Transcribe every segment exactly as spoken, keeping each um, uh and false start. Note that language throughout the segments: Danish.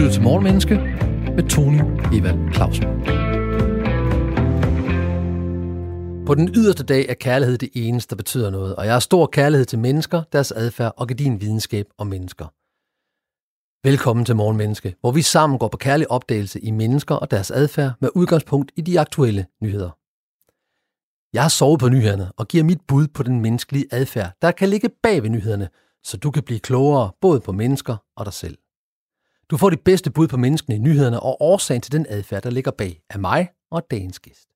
lytter til Morgenmenneske med Tony Evald Clausen. På den yderste dag er kærlighed det eneste, der betyder noget, og jeg har stor kærlighed til mennesker, deres adfærd og gedigen videnskab om mennesker. Velkommen til Morgenmenneske, hvor vi sammen går på kærlig opdagelse i mennesker og deres adfærd med udgangspunkt i de aktuelle nyheder. Jeg har sovet på nyhederne og giver mit bud på den menneskelige adfærd, der kan ligge bag ved nyhederne, så du kan blive klogere både på mennesker og dig selv. Du får de bedste bud på menneskene i nyhederne og årsagen til den adfærd, der ligger bag af mig og dagens gæst.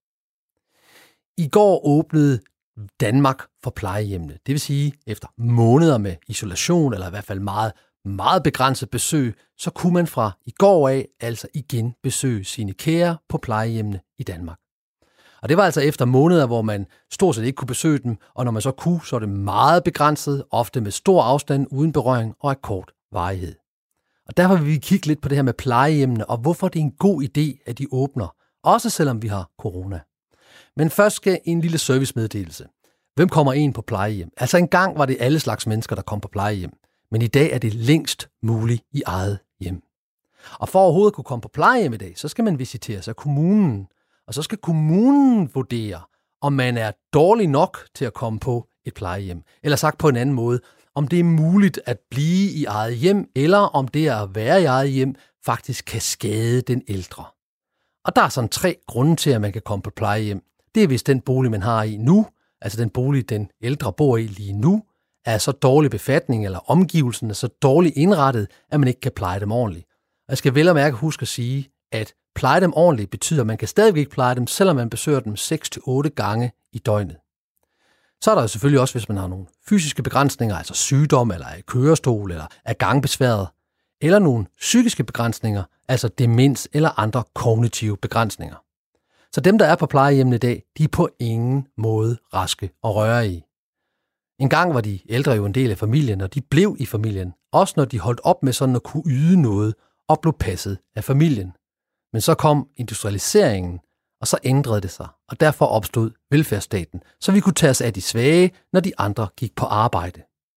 I går åbnede Danmark for plejehjemmene. Det vil sige, efter måneder med isolation, eller i hvert fald meget, meget begrænset besøg, så kunne man fra i går af altså igen besøge sine kære på plejehjemmene i Danmark. Og det var altså efter måneder, hvor man stort set ikke kunne besøge dem, og når man så kunne, så var det meget begrænset, ofte med stor afstand, uden berøring og af kort varighed. Og derfor vil vi kigge lidt på det her med plejehjemmene, og hvorfor det er en god idé, at de åbner, også selvom vi har corona. Men først skal en lille servicemeddelelse. Hvem kommer ind på plejehjem? Altså engang var det alle slags mennesker, der kom på plejehjem, men i dag er det længst muligt i eget hjem. Og for overhovedet at kunne komme på plejehjem i dag, så skal man visiteres af kommunen, og så skal kommunen vurdere, om man er dårlig nok til at komme på et plejehjem. Eller sagt på en anden måde, om det er muligt at blive i eget hjem, eller om det at være i eget hjem faktisk kan skade den ældre. Og der er sådan tre grunde til, at man kan komme på plejehjem. Det er, hvis den bolig, man har i nu, altså den bolig, den ældre bor i lige nu, er så dårlig befatning, eller omgivelsen er så dårligt indrettet, at man ikke kan pleje dem ordentligt. Og jeg skal vel og mærke huske at sige, at pleje dem ordentligt betyder, at man kan stadigvæk ikke pleje dem, selvom man besøger dem seks til otte gange i døgnet. Så er der jo selvfølgelig også, hvis man har nogle fysiske begrænsninger, altså sygdom, eller er i kørestol, eller er gangbesværet, eller nogle psykiske begrænsninger, altså demens eller andre kognitive begrænsninger. Så dem, der er på plejehjemmene i dag, de er på ingen måde raske og rørige. En gang var de ældre jo en del af familien, og de blev i familien, også når de holdt op med sådan at kunne yde noget og blev passet af familien. Men så kom industrialiseringen, og så ændrede det sig, og derfor opstod velfærdsstaten, så vi kunne tage os af de svage, når de andre gik på arbejde.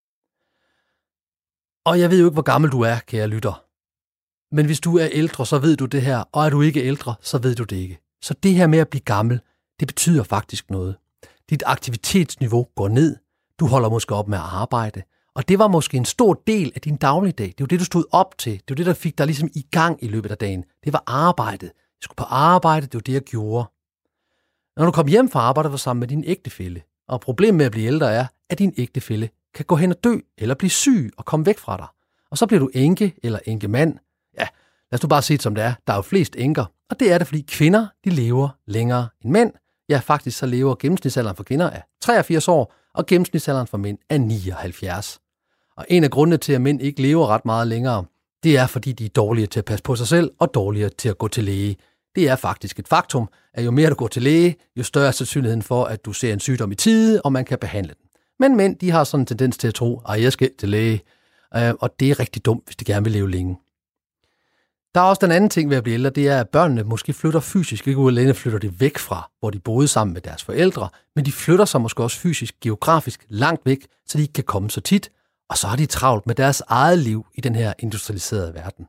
Og jeg ved jo ikke, hvor gammel du er, kære lytter. Men hvis du er ældre, så ved du det her, og er du ikke ældre, så ved du det ikke. Så det her med at blive gammel, det betyder faktisk noget. Dit aktivitetsniveau går ned, du holder måske op med at arbejde, og det var måske en stor del af din dagligdag. Det var det, du stod op til. Det var det, der fik dig ligesom i gang i løbet af dagen. Det var arbejdet. Jeg skulle på arbejde, det var det, jeg gjorde. Når du kom hjem fra arbejde, var du sammen med din ægtefælle. Og problemet med at blive ældre er, at din ægtefælle kan gå hen og dø, eller blive syg og komme væk fra dig. Og så bliver du enke eller enkemand. Ja, lad os du bare sige det, som det er. Der er jo flest enker, og det er det, fordi kvinder, de lever længere end mænd. Ja, faktisk så lever gennemsnitsalderen for kvinder af treogfirs år, og gennemsnitsalderen for mænd er nioghalvfjerds. Og en af grundene til, at mænd ikke lever ret meget længere, det er, fordi de er dårligere til at passe på sig selv, og dårligere til at gå til læge. Det er faktisk et faktum, at jo mere du går til læge, jo større er sandsynligheden for, at du ser en sygdom i tide, og man kan behandle den. Men mænd, de har sådan en tendens til at tro, at jeg skal til læge, og det er rigtig dumt, hvis de gerne vil leve længe. Der er også den anden ting ved at blive ældre, det er, at børnene måske flytter fysisk, ikke alene flytter de væk fra, hvor de boede sammen med deres forældre, men de flytter sig måske også fysisk, geografisk langt væk, så de ikke kan komme så tit, og så har de travlt med deres eget liv i den her industrialiserede verden.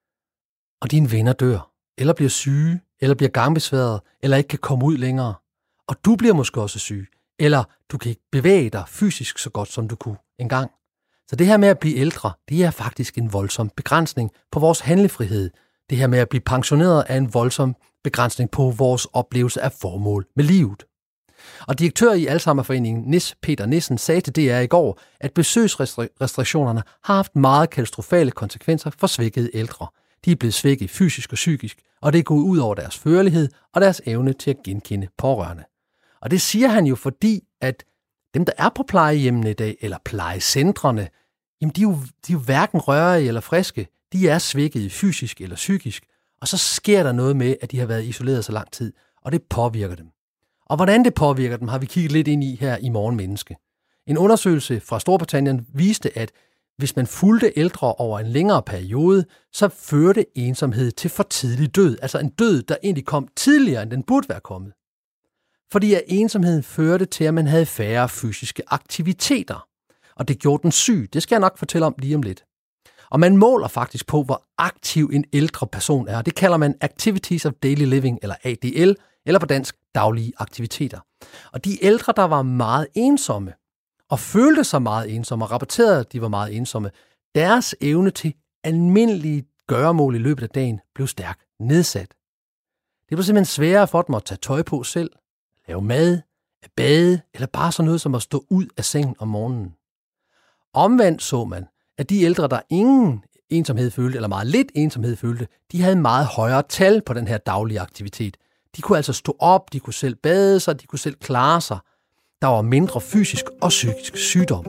Og dine venner dør, eller bliver syge, eller bliver gangbesværet, eller ikke kan komme ud længere. Og du bliver måske også syg, eller du kan ikke bevæge dig fysisk så godt, som du kunne engang. Så det her med at blive ældre, det er faktisk en voldsom begrænsning på vores handlefrihed. Det her med at blive pensioneret er en voldsom begrænsning på vores oplevelse af formål med livet. Og direktør i Alzheimerforeningen Nis Peter Nissen sagde til D R i går, at besøgsrestriktionerne har haft meget katastrofale konsekvenser for svækkede ældre. De er blevet svækket fysisk og psykisk, og det er gået ud over deres førlighed og deres evne til at genkende pårørende. Og det siger han jo fordi, at dem, der er på plejehjemmene i dag, eller plejecentrene, jamen de er, jo, de er jo hverken rørige eller friske. De er svækket fysisk eller psykisk, og så sker der noget med, at de har været isoleret så lang tid, og det påvirker dem. Og hvordan det påvirker dem, har vi kigget lidt ind i her i Morgenmenneske. En undersøgelse fra Storbritannien viste, at hvis man fulgte ældre over en længere periode, så førte ensomhed til for tidlig død. Altså en død, der egentlig kom tidligere, end den burde være kommet. Fordi at ensomheden førte til, at man havde færre fysiske aktiviteter. Og det gjorde den syg. Det skal jeg nok fortælle om lige om lidt. Og man måler faktisk på, hvor aktiv en ældre person er. Det kalder man Activities of Daily Living, eller A D L, eller på dansk daglige aktiviteter. Og de ældre, der var meget ensomme, og følte sig meget ensomme, og rapporterede, at de var meget ensomme, deres evne til almindelige gøremål i løbet af dagen blev stærkt nedsat. Det blev simpelthen sværere for dem at tage tøj på selv, lave mad, at bade, eller bare sådan noget som at stå ud af sengen om morgenen. Omvendt så man, at de ældre, der ingen ensomhed følte, eller meget lidt ensomhed følte, de havde meget højere tal på den her daglige aktivitet. De kunne altså stå op, de kunne selv bade sig, de kunne selv klare sig. Der var mindre fysisk og psykisk sygdom.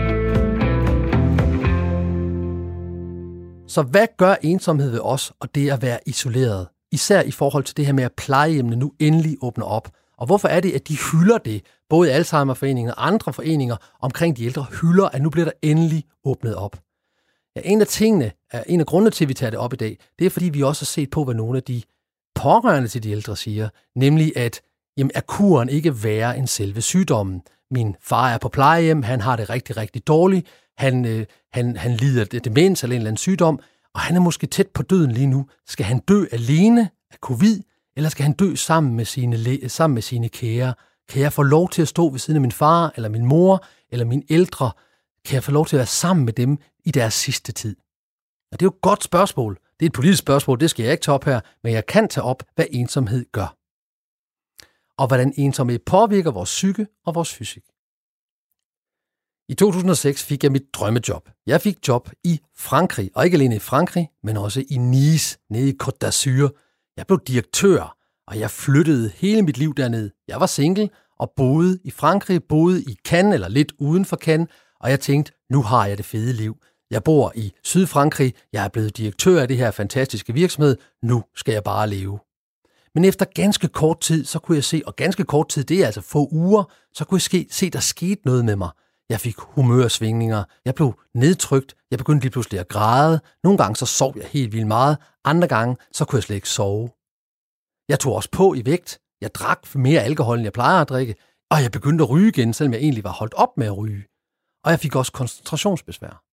Så hvad gør ensomhed ved os, og det at være isoleret? Især i forhold til det her med, at plejehjemmene nu endelig åbner op. Og hvorfor er det, at de hylder det? Både Alzheimerforeningen og andre foreninger omkring de ældre hylder, at nu bliver der endelig åbnet op. Ja, en af tingene, en af grundene til, at vi tager det op i dag, det er, fordi vi også har set på, hvad nogle af de pårørende til de ældre siger, nemlig at jamen, er kuren ikke værre end selve sygdommen. Min far er på plejehjem, han har det rigtig, rigtig dårligt, han, øh, han, han lider af demens eller en eller anden sygdom, og han er måske tæt på døden lige nu. Skal han dø alene af covid, eller skal han dø sammen med sine, sammen med sine kære? Kan jeg få lov til at stå ved siden af min far, eller min mor, eller mine ældre? Kan jeg få lov til at være sammen med dem i deres sidste tid? Og det er jo et godt spørgsmål. Det er et politisk spørgsmål, det skal jeg ikke tage op her, men jeg kan tage op, hvad ensomhed gør. Og hvordan ensomhed påvirker vores psyke og vores fysik. I to tusind og seks fik jeg mit drømmejob. Jeg fik job i Frankrig, og ikke alene i Frankrig, men også i Nice, nede i Côte d'Azur. Jeg blev direktør, og jeg flyttede hele mit liv dernede. Jeg var single og boede i Frankrig, boede i Cannes eller lidt uden for Cannes, og jeg tænkte, nu har jeg det fede liv. Jeg bor i Sydfrankrig, jeg er blevet direktør af det her fantastiske virksomhed, nu skal jeg bare leve. Men efter ganske kort tid, så kunne jeg se, og ganske kort tid, det er altså få uger, så kunne jeg se, der skete noget med mig. Jeg fik humørsvingninger, jeg blev nedtrykt, jeg begyndte lige pludselig at græde. Nogle gange så sov jeg helt vildt meget, andre gange så kunne jeg slet ikke sove. Jeg tog også på i vægt, jeg drak mere alkohol, end jeg plejer at drikke, og jeg begyndte at ryge igen, selvom jeg egentlig var holdt op med at ryge. Og jeg fik også koncentrationsbesvær.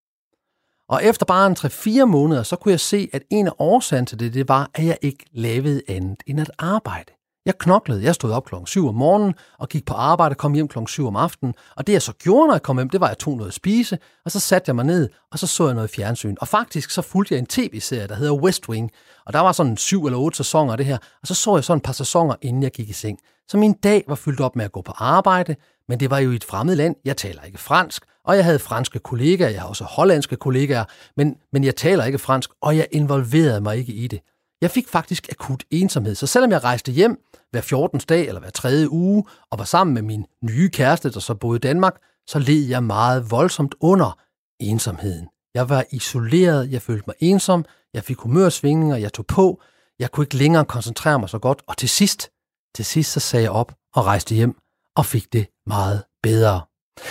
Og efter bare en tre fire måneder, så kunne jeg se, at en af årsagen til det, det var, at jeg ikke lavede andet end at arbejde. Jeg knoklede. Jeg stod op klokken syv om morgenen og gik på arbejde og kom hjem klokken syv om aftenen. Og det jeg så gjorde, når jeg kom hjem, det var, at jeg tog noget at spise, og så satte jeg mig ned, og så så jeg noget fjernsyn. Og faktisk så fulgte jeg en tv-serie, der hedder West Wing, og der var sådan syv eller otte sæsoner af det her, og så så jeg sådan et par sæsoner, inden jeg gik i seng. Så min dag var fyldt op med at gå på arbejde, men det var jo i et fremmed land. Jeg taler ikke fransk, og jeg havde franske kollegaer, jeg har også hollandske kollegaer, men, men jeg taler ikke fransk, og jeg involverede mig ikke i det. Jeg fik faktisk akut ensomhed, så selvom jeg rejste hjem hver fjortende dag eller hver tredje uge, og var sammen med min nye kæreste, der så boede i Danmark, så led jeg meget voldsomt under ensomheden. Jeg var isoleret, jeg følte mig ensom, jeg fik humørsvingninger, jeg tog på, jeg kunne ikke længere koncentrere mig så godt, og til sidst, til sidst så sagde jeg op og rejste hjem, og fik det meget bedre.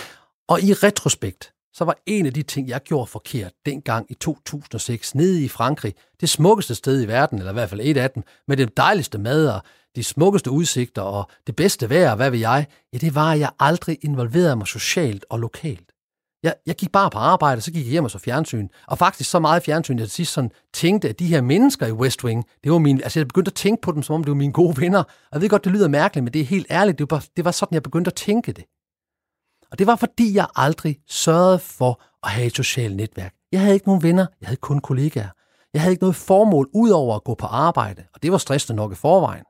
Og i retrospekt, så var en af de ting, jeg gjorde forkert dengang i to tusind og seks, nede i Frankrig, det smukkeste sted i verden, eller i hvert fald et af dem, med det dejligste mad og de smukkeste udsigter og det bedste vejr, hvad ved jeg, ja, det var, at jeg aldrig involverede mig socialt og lokalt. Jeg, jeg gik bare på arbejde, så gik jeg hjem og så fjernsyn. Og faktisk så meget fjernsyn, at jeg til sidst sådan tænkte, at de her mennesker i West Wing, det var mine, altså jeg begyndte at tænke på dem, som om det var mine gode venner. Og jeg ved godt, det lyder mærkeligt, men det er helt ærligt, det var, det var sådan, jeg begyndte at tænke det. Og det var, fordi jeg aldrig sørgede for at have et socialt netværk. Jeg havde ikke nogen venner, jeg havde kun kollegaer. Jeg havde ikke noget formål ud over at gå på arbejde, og det var stressende nok i forvejen.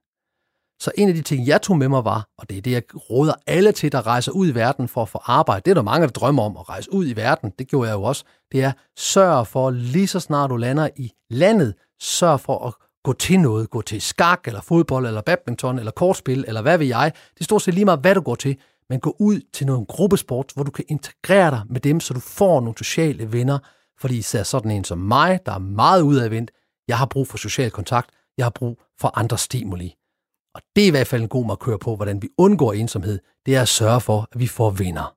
Så en af de ting, jeg tog med mig var, og det er det, jeg råder alle til, der rejser ud i verden for at få arbejde. Det er der mange, der drømmer om at rejse ud i verden. Det gjorde jeg jo også. Det er, sørg for, lige så snart du lander i landet, sørg for at gå til noget. Gå til skak, eller fodbold, eller badminton, eller kortspil, eller hvad ved jeg. Det er stort set lige meget, hvad du går til. Men gå ud til noget gruppesport, hvor du kan integrere dig med dem, så du får nogle sociale venner. Fordi især sådan en som mig, der er meget udadvendt, jeg har brug for social kontakt, jeg har brug for andre stimuli. Og det er i hvert fald en god markør på, hvordan vi undgår ensomhed. Det er at sørge for, at vi får venner.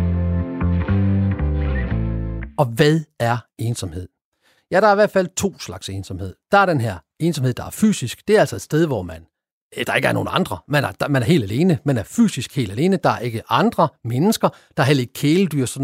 Og hvad er ensomhed? Ja, der er i hvert fald to slags ensomhed. Der er den her ensomhed, der er fysisk. Det er altså et sted, hvor man der ikke er nogen andre. Man er, der, man er helt alene. Man er fysisk helt alene. Der er ikke andre mennesker. Der er heller ikke kæledyr og sådan noget.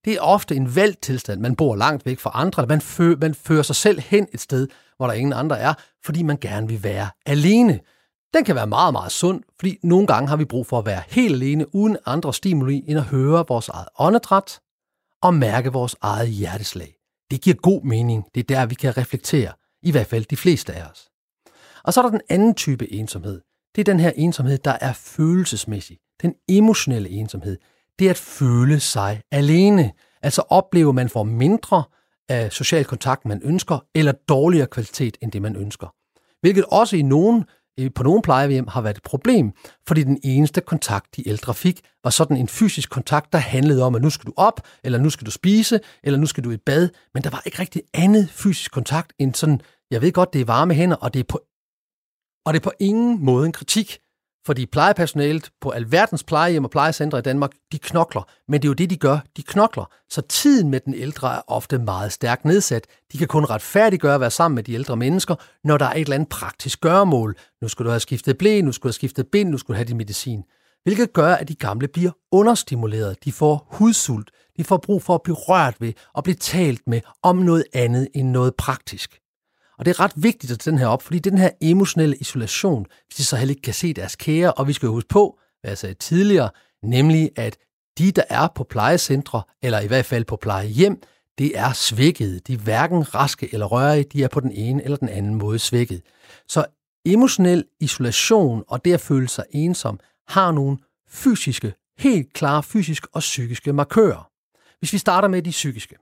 det er ofte en valgt tilstand. Man bor langt væk fra andre, man, fø, man fører sig selv hen et sted, hvor der ingen andre er, fordi man gerne vil være alene. Den kan være meget, meget sund, fordi nogle gange har vi brug for at være helt alene, uden andre stimuli, end at høre vores eget åndedræt og mærke vores eget hjerteslag. Det giver god mening. Det er der, vi kan reflektere. I hvert fald de fleste af os. Og så er der den anden type ensomhed. Det er den her ensomhed, der er følelsesmæssig. Den emotionelle ensomhed. Det er at føle sig alene. Altså opleve, at man får mindre af social kontakt, man ønsker, eller dårligere kvalitet, end det man ønsker. Hvilket også i nogen, på nogle plejehjem har været et problem, fordi den eneste kontakt, de ældre fik, var sådan en fysisk kontakt, der handlede om, at nu skal du op, eller nu skal du spise, eller nu skal du i bad. Men der var ikke rigtig andet fysisk kontakt end sådan, jeg ved godt, det er varme hænder, og det er på, og det er på ingen måde en kritik. Fordi plejepersonalet på alverdens plejehjem og plejecentre i Danmark, de knokler. Men det er jo det, de gør. De knokler. Så tiden med den ældre er ofte meget stærkt nedsat. De kan kun retfærdiggøre at være sammen med de ældre mennesker, når der er et eller andet praktisk gøremål. Nu skal du have skiftet blæ, nu skal du have skiftet bind, nu skal du have din medicin. Hvilket gør, at de gamle bliver understimuleret. De får hudsult. De får brug for at blive rørt ved og blive talt med om noget andet end noget praktisk. Og det er ret vigtigt at tage den her op, fordi den her emotionelle isolation, hvis de så heller ikke kan se deres kære, og vi skal jo huske på, hvad jeg sagde tidligere, nemlig at de, der er på plejecentre, eller i hvert fald på plejehjem, det er svækkede. De er hverken raske eller rørige, de er på den ene eller den anden måde svækket. Så emotionel isolation og det at føle sig ensom, har nogle fysiske, helt klare fysiske og psykiske markører. Hvis vi starter med de psykiske.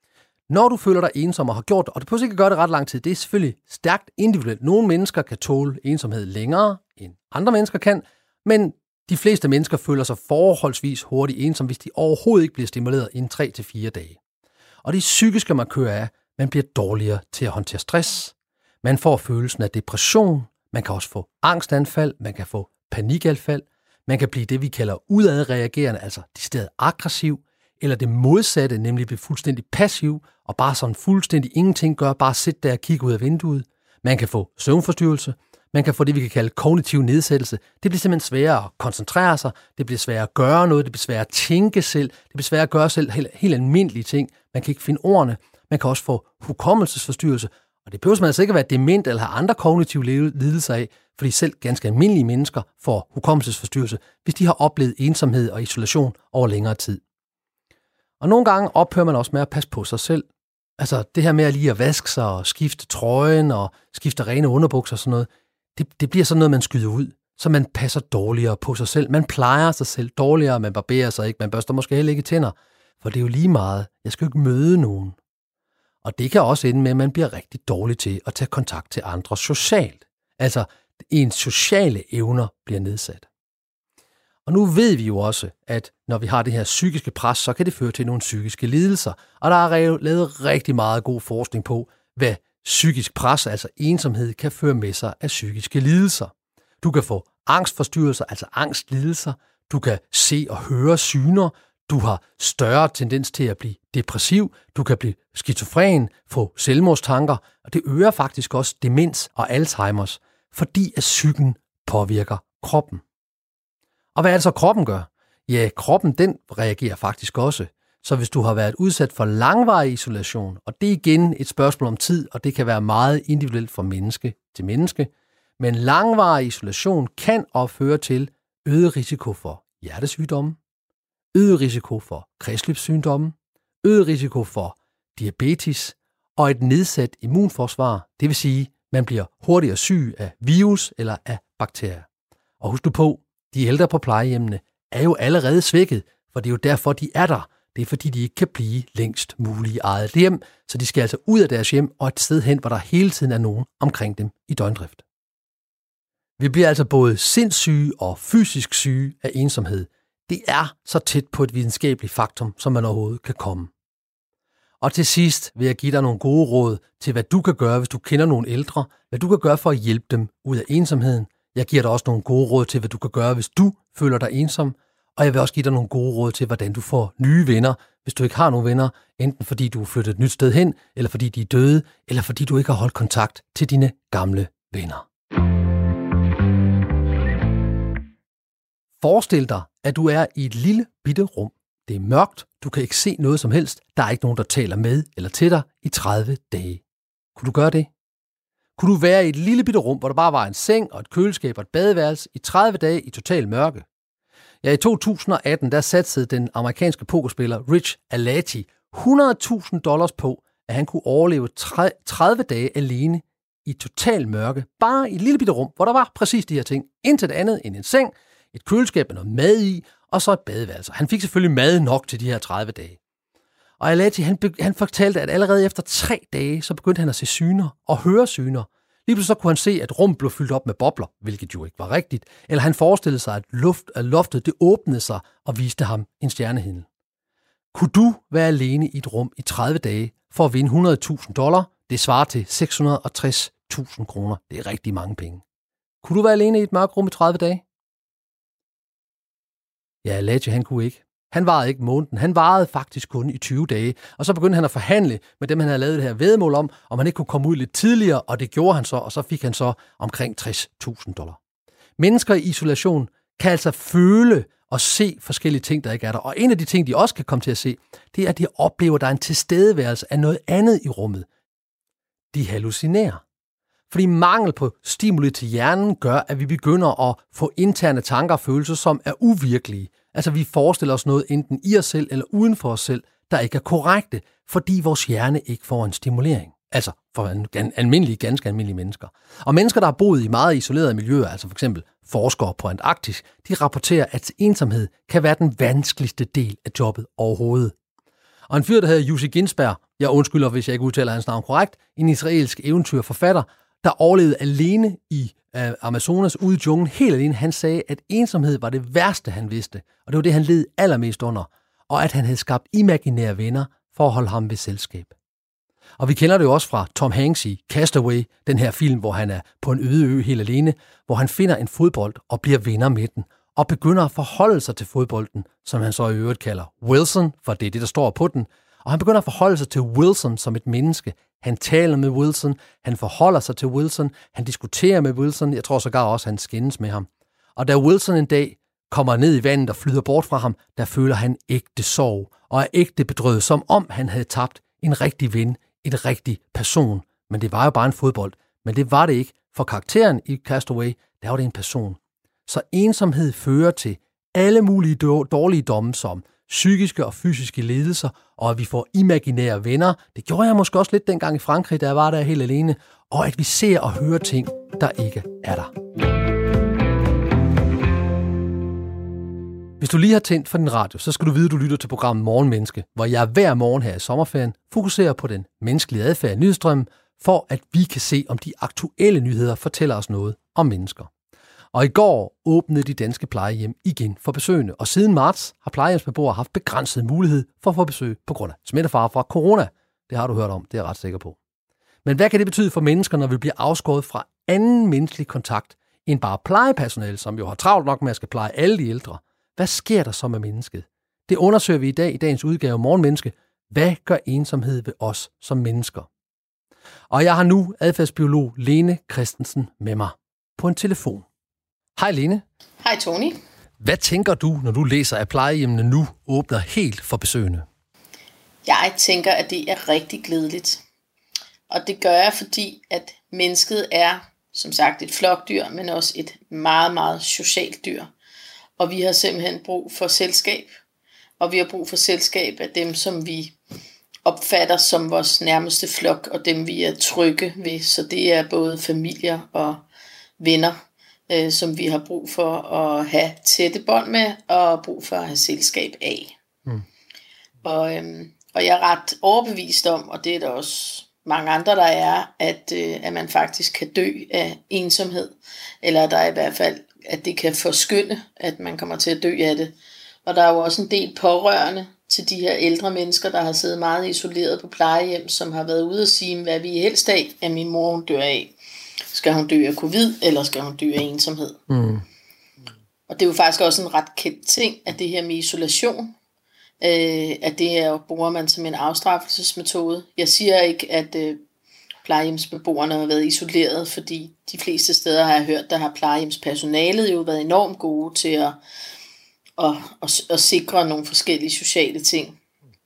Når du føler dig ensom og har gjort det, og du behøver ikke gøre det ret lang tid, det er selvfølgelig stærkt individuelt. Nogle mennesker kan tåle ensomhed længere, end andre mennesker kan, men de fleste mennesker føler sig forholdsvis hurtigt ensom, hvis de overhovedet ikke bliver stimuleret inden tre til fire dage. Og de psykiske markører er, at man bliver dårligere til at håndtere stress, man får følelsen af depression, man kan også få angstanfald, man kan få panikanfald, man kan blive det, vi kalder udadreagerende, altså decideret aggressiv, eller det modsatte, nemlig blive fuldstændig passiv, og bare sådan fuldstændig ingenting gør, bare sidde der og kigge ud af vinduet. Man kan få søvnforstyrrelse, man kan få det, vi kan kalde kognitiv nedsættelse. Det bliver simpelthen sværere at koncentrere sig, det bliver sværere at gøre noget, det bliver sværere at tænke selv, det bliver sværere at gøre selv helt, helt almindelige ting. Man kan ikke finde ordene, man kan også få hukommelsesforstyrrelse, og det behøver man altså ikke at være dement eller have andre kognitive lidelser af, fordi selv ganske almindelige mennesker får hukommelsesforstyrrelse, hvis de har oplevet ensomhed og isolation over længere tid. Og nogle gange ophører man også med at passe på sig selv. Altså det her med at lige at vaske sig og skifte trøjen og skifte rene underbukser og sådan noget, det, det bliver sådan noget, man skyder ud, så man passer dårligere på sig selv. Man plejer sig selv dårligere, man barberer sig ikke, man børster måske heller ikke tænder, for det er jo lige meget. Jeg skal jo ikke møde nogen. Og det kan også ende med, at man bliver rigtig dårlig til at tage kontakt til andre socialt. Altså ens sociale evner bliver nedsat. Og nu ved vi jo også, at når vi har det her psykiske pres, så kan det føre til nogle psykiske lidelser. Og der er lavet rigtig meget god forskning på, hvad psykisk pres, altså ensomhed, kan føre med sig af psykiske lidelser. Du kan få angstforstyrrelser, altså angstlidelser. Du kan se og høre syner. Du har større tendens til at blive depressiv. Du kan blive skizofren, få selvmordstanker. Og det øger faktisk også demens og Alzheimers, fordi at psyken påvirker kroppen. Og hvad er det så, kroppen gør? Ja, kroppen den reagerer faktisk også. Så hvis du har været udsat for langvarig isolation, og det er igen et spørgsmål om tid, og det kan være meget individuelt fra menneske til menneske, men langvarig isolation kan opføre til øget risiko for hjertesygdomme, øget risiko for kredsløbssygdomme, øget risiko for diabetes og et nedsat immunforsvar, det vil sige, man bliver hurtigere syg af virus eller af bakterier. Og husk nu på, de ældre på plejehjemmene er jo allerede svækket, for det er jo derfor, de er der. Det er fordi, de ikke kan blive længst muligt i eget hjem, så de skal altså ud af deres hjem og et sted hen, hvor der hele tiden er nogen omkring dem i døgndrift. Vi bliver altså både sindssyge og fysisk syge af ensomhed. Det er så tæt på et videnskabeligt faktum, som man overhovedet kan komme. Og til sidst vil jeg give dig nogle gode råd til, hvad du kan gøre, hvis du kender nogle ældre, hvad du kan gøre for at hjælpe dem ud af ensomheden. Jeg giver dig også nogle gode råd til, hvad du kan gøre, hvis du føler dig ensom. Og jeg vil også give dig nogle gode råd til, hvordan du får nye venner, hvis du ikke har nogen venner, enten fordi du er flyttet et nyt sted hen, eller fordi de er døde, eller fordi du ikke har holdt kontakt til dine gamle venner. Forestil dig, at du er i et lille bitte rum. Det er mørkt, du kan ikke se noget som helst, der er ikke nogen, der taler med eller til dig i tredive dage. Kunne du gøre det? Kunne du være i et lille bitte rum, hvor der bare var en seng og et køleskab og et badeværelse i tredive dage i total mørke? Ja, i to tusind og atten, der satsede den amerikanske pokerspiller Rich Alati hundrede tusind dollars på, at han kunne overleve tredive dage alene i total mørke, bare i et lille bitte rum, hvor der var præcis de her ting. Intet andet end en seng, et køleskab med noget mad i, og så et badeværelse. Han fik selvfølgelig mad nok til de her tredive dage. Og Alati, han, han fortalte, at allerede efter tre dage, så begyndte han at se syner og høre syner. Lige pludselig så kunne han se, at rummet blev fyldt op med bobler, hvilket jo ikke var rigtigt. Eller han forestillede sig, at, luft, at loftet det åbnede sig og viste ham en stjernehimmel. Kunne du være alene i et rum i tredive dage for at vinde hundrede tusind dollar? Det svarer til seks hundrede og tres tusind kroner. Det er rigtig mange penge. Kunne du være alene i et mørkt rum i tredive dage? Ja, Alati, han kunne ikke. Han varede ikke måneden. Han varede faktisk kun i tyve dage. Og så begyndte han at forhandle med dem, han havde lavet det her væddemål om, om han ikke kunne komme ud lidt tidligere, og det gjorde han så, og så fik han så omkring tres tusind dollar. Mennesker i isolation kan altså føle og se forskellige ting, der ikke er der. Og en af de ting, de også kan komme til at se, det er, at de oplever, at der er en tilstedeværelse af noget andet i rummet. De hallucinerer. Fordi mangel på stimuli til hjernen gør, at vi begynder at få interne tanker og følelser, som er uvirkelige. Altså vi forestiller os noget enten i os selv eller uden for os selv, der ikke er korrekte, fordi vores hjerne ikke får en stimulering. Altså for en almindelige, ganske almindelige mennesker. Og mennesker, der har boet i meget isolerede miljøer, altså for eksempel forskere på Antarktis, de rapporterer, at ensomhed kan være den vanskeligste del af jobbet overhovedet. Og en fyr, der hedder Jussi Ginsberg, jeg undskylder, hvis jeg ikke udtaler hans navn korrekt, en israelsk eventyrforfatter, der overlevede alene i uh, Amazonas ude i junglen, helt alene. Han sagde, at ensomhed var det værste, han vidste, og det var det, han led allermest under, og at han havde skabt imaginære venner for at holde ham ved selskab. Og vi kender det jo også fra Tom Hanks i Castaway, den her film, hvor han er på en øde ø helt alene, hvor han finder en fodbold og bliver venner med den, og begynder at forholde sig til fodbolden, som han så i øvrigt kalder Wilson, for det er det, der står på den. Og han begynder at forholde sig til Wilson som et menneske. Han taler med Wilson, han forholder sig til Wilson, han diskuterer med Wilson, jeg tror sågar også, han skændes med ham. Og da Wilson en dag kommer ned i vandet og flyder bort fra ham, der føler han ægte sorg og er ægte bedrøvet, som om han havde tabt en rigtig ven, en rigtig person. Men det var jo bare en fodbold. Men det var det ikke, for karakteren i Castaway, der var det en person. Så ensomhed fører til alle mulige dårlige domme, som psykiske og fysiske lidelser, og at vi får imaginære venner. Det gjorde jeg måske også lidt dengang i Frankrig, da jeg var der helt alene. Og at vi ser og hører ting, der ikke er der. Hvis du lige har tændt for din radio, så skal du vide, at du lytter til programmet Morgenmenneske, hvor jeg hver morgen her i sommerferien fokuserer på den menneskelige adfærd i nyhedsstrømmen, for at vi kan se, om de aktuelle nyheder fortæller os noget om mennesker. Og i går åbnede de danske plejehjem igen for besøgende, og siden marts har plejehjemsbeboere haft begrænset mulighed for at få besøg på grund af smittefare fra corona. Det har du hørt om, det er jeg ret sikker på. Men hvad kan det betyde for mennesker, når vi bliver afskåret fra anden menneskelig kontakt end bare plejepersonale, som jo har travlt nok med at skal pleje alle de ældre? Hvad sker der så med mennesket? Det undersøger vi i dag i dagens udgave Morgenmenneske. Hvad gør ensomhed ved os som mennesker? Og jeg har nu adfærdsbiolog Lene Christensen med mig på en telefon. Hej Lene. Hej Tony. Hvad tænker du, når du læser, at plejehjemmene nu åbner helt for besøgende? Jeg tænker, at det er rigtig glædeligt. Og det gør jeg, fordi at mennesket er, som sagt, et flokdyr, men også et meget, meget socialt dyr. Og vi har simpelthen brug for selskab. Og vi har brug for selskab af dem, som vi opfatter som vores nærmeste flok, og dem vi er trygge ved. Så det er både familier og venner, øh, som vi har brug for at have tætte bånd med, og brug for at have selskab af. Mm. Og, øhm, og jeg er ret overbevist om, og det er der også mange andre, der er, at, øh, at man faktisk kan dø af ensomhed. Eller der er i hvert fald, at det kan forskynde, at man kommer til at dø af det. Og der er jo også en del pårørende til de her ældre mennesker, der har siddet meget isoleret på plejehjem, som har været ude at sige, hvad vi helst af, at min mor hun dør af. Skal hun dø af covid, eller skal hun dø af ensomhed? Mm. Og det er jo faktisk også en ret kendt ting, at det her med isolation, øh, at det her bruger man som en afstraffelsesmetode. Jeg siger ikke, at øh, plejehjemsbeboerne har været isoleret, fordi de fleste steder har jeg hørt, der har plejehjemspersonalet jo været enormt gode til at, og, og, og sikre nogle forskellige sociale ting.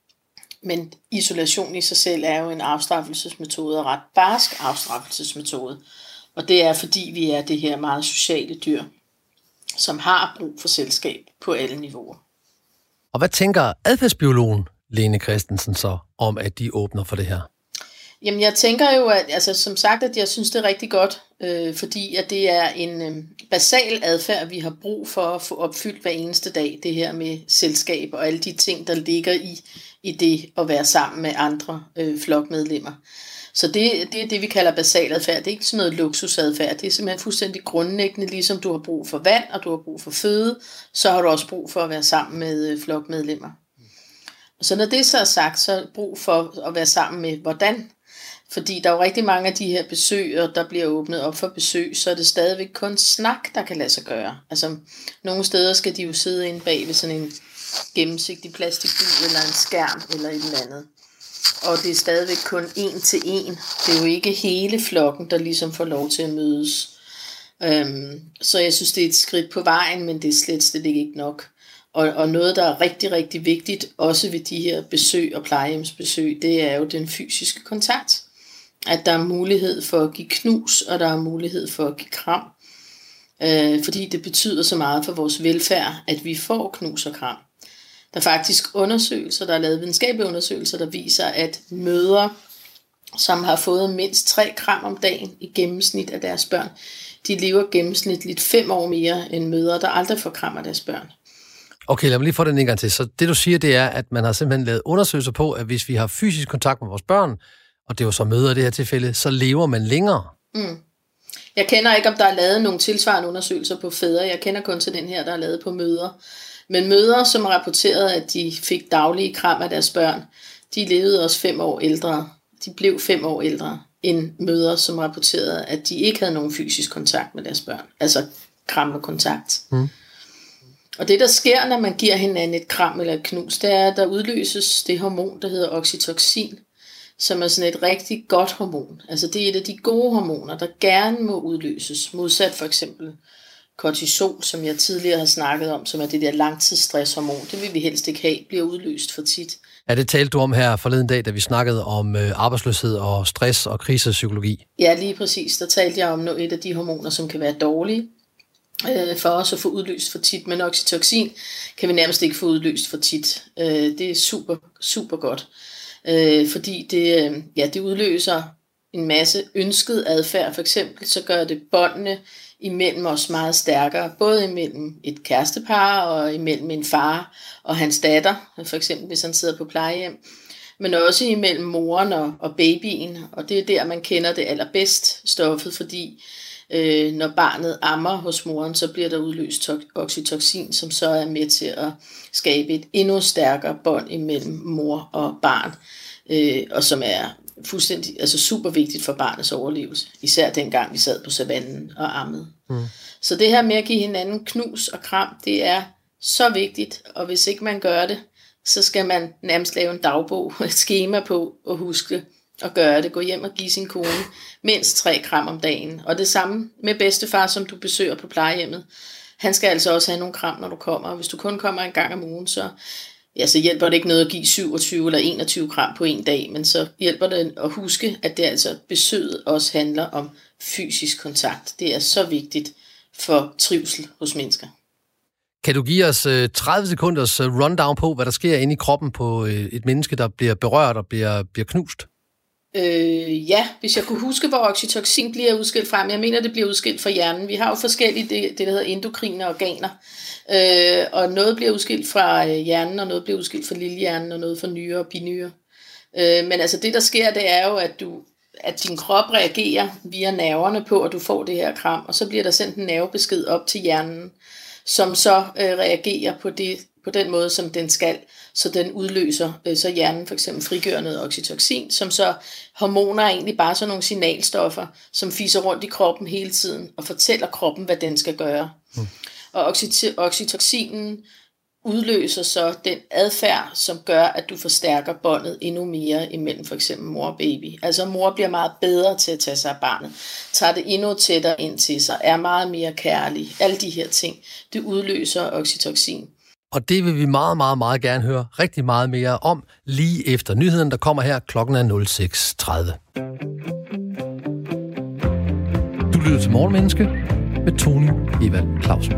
Men isolation i sig selv er jo en afstraffelsesmetode, og ret barsk afstraffelsesmetode. Og det er, fordi vi er det her meget sociale dyr, som har brug for selskab på alle niveauer. Og hvad tænker adfærdsbiologen Lene Christensen så om, at de åbner for det her? Jamen jeg tænker jo, at altså, som sagt, at jeg synes det er rigtig godt, øh, fordi at det er en øh, basal adfærd, vi har brug for at få opfyldt hver eneste dag, det her med selskab og alle de ting, der ligger i, i det at være sammen med andre øh, flokmedlemmer. Så det, det er det, vi kalder basal adfærd. Det er ikke sådan noget luksusadfærd. Det er simpelthen fuldstændig grundlæggende, ligesom du har brug for vand, og du har brug for føde, så har du også brug for at være sammen med øh, flokmedlemmer. Og så når det så er sagt, så er brug for at være sammen med hvordan. Fordi der er jo rigtig mange af de her besøg, og der bliver åbnet op for besøg, så er det stadigvæk kun snak, der kan lade sig gøre. Altså, nogle steder skal de jo sidde inde bag ved sådan en gennemsigtig plastikdug, eller en skærm, eller et eller andet. Og det er stadigvæk kun en til en. Det er jo ikke hele flokken, der ligesom får lov til at mødes. Øhm, så jeg synes, det er et skridt på vejen, men det er slet, slet ikke nok. Og, og noget, der er rigtig, rigtig vigtigt, også ved de her besøg og plejehjemsbesøg, det er jo den fysiske kontakt. At der er mulighed for at give knus, og der er mulighed for at give kram. Øh, fordi det betyder så meget for vores velfærd, at vi får knus og kram. Der er faktisk undersøgelser, der er lavet videnskabelige undersøgelser, der viser, at mødre, som har fået mindst tre kram om dagen i gennemsnit af deres børn, de lever gennemsnitligt fem år mere end mødre, der aldrig får kram af deres børn. Okay, lad mig lige få den en gang til. Så det du siger, det er, at man har simpelthen lavet undersøgelser på, at hvis vi har fysisk kontakt med vores børn, og det er jo så mødre i det her tilfælde, så lever man længere. Mm. Jeg kender ikke, om der er lavet nogle tilsvarende undersøgelser på fædre. Jeg kender kun til den her, der er lavet på mødre. Men mødre, som rapporterede, at de fik daglige kram af deres børn, de levede også fem år ældre. De blev fem år ældre end mødre, som rapporterede, at de ikke havde nogen fysisk kontakt med deres børn. Altså kram og kontakt. Mm. Og det, der sker, når man giver hinanden et kram eller et knus, det er, at der udløses det hormon, der hedder oxytocin, som er sådan et rigtig godt hormon. Altså det er et af de gode hormoner, der gerne må udløses, modsat for eksempel kortisol, som jeg tidligere har snakket om, som er det der langtidsstresshormon. Det vil vi helst ikke have, bliver udløst for tit. Ja, det talte du om her forleden dag, da vi snakkede om øh, arbejdsløshed og stress og krisepsykologi. Ja, lige præcis. Der talte jeg om et af de hormoner, som kan være dårlige øh, for os at få udløst for tit. Men oxytocin kan vi nærmest ikke få udløst for tit. Øh, det er super, super godt. Øh, fordi det, øh, ja, det udløser en masse ønsket adfærd. For eksempel så gør det båndene imellem os meget stærkere, både imellem et kærestepar og imellem en far og hans datter, for eksempel hvis han sidder på plejehjem, men også imellem moren og, og babyen, og det er der, man kender det allerbedst, stoffet, fordi øh, når barnet ammer hos moren, så bliver der udløst oxytocin, som så er med til at skabe et endnu stærkere bånd imellem mor og barn, øh, og som er fuldstændig, altså super vigtigt for barnets overlevelse, især dengang vi sad på savannen og ammede. Mm. Så det her med at give hinanden knus og kram, det er så vigtigt, og hvis ikke man gør det, så skal man nærmest lave en dagbog, et skema på og huske at gøre det. Gå hjem og give sin kone mindst tre kram om dagen. Og det samme med bedstefar, som du besøger på plejehjemmet. Han skal altså også have nogle kram, når du kommer. Og hvis du kun kommer en gang om ugen, så ja, så hjælper det ikke noget at give syvogtyve eller enogtyve gram på en dag, men så hjælper det at huske, at det altså besøget også handler om fysisk kontakt. Det er så vigtigt for trivsel hos mennesker. Kan du give os tredive sekunders rundown på, hvad der sker inde i kroppen på et menneske, der bliver berørt og bliver, bliver knust? Øh, ja, hvis jeg kunne huske, hvor oxytocin bliver udskilt fra, men jeg mener, det bliver udskilt fra hjernen. Vi har jo forskellige, det, det der hedder endokrine organer, øh, og noget bliver udskilt fra hjernen, og noget bliver udskilt fra lillehjernen, og noget fra nyre og binyre. Øh, men altså det, der sker, det er jo, at, du, at din krop reagerer via nerverne på, at du får det her kram, og så bliver der sendt en nervebesked op til hjernen, som så øh, reagerer på det, på den måde, som den skal, så den udløser, øh, så hjernen for eksempel frigør noget oxytocin, som så hormoner er egentlig bare sådan nogle signalstoffer, som fiser rundt i kroppen hele tiden, og fortæller kroppen, hvad den skal gøre. Mm. Og oxyt- oxytocinen udløser så den adfærd, som gør, at du forstærker båndet endnu mere imellem for eksempel mor og baby. Altså mor bliver meget bedre til at tage sig af barnet, tager det endnu tættere ind til sig, er meget mere kærlig. Alle de her ting, det udløser oxytocin. Og det vil vi meget, meget, meget gerne høre rigtig meget mere om lige efter nyheden, der kommer her. Klokken er nul seks tredive. Du lytter til Morgenmenneske med Tony Evald Clausen.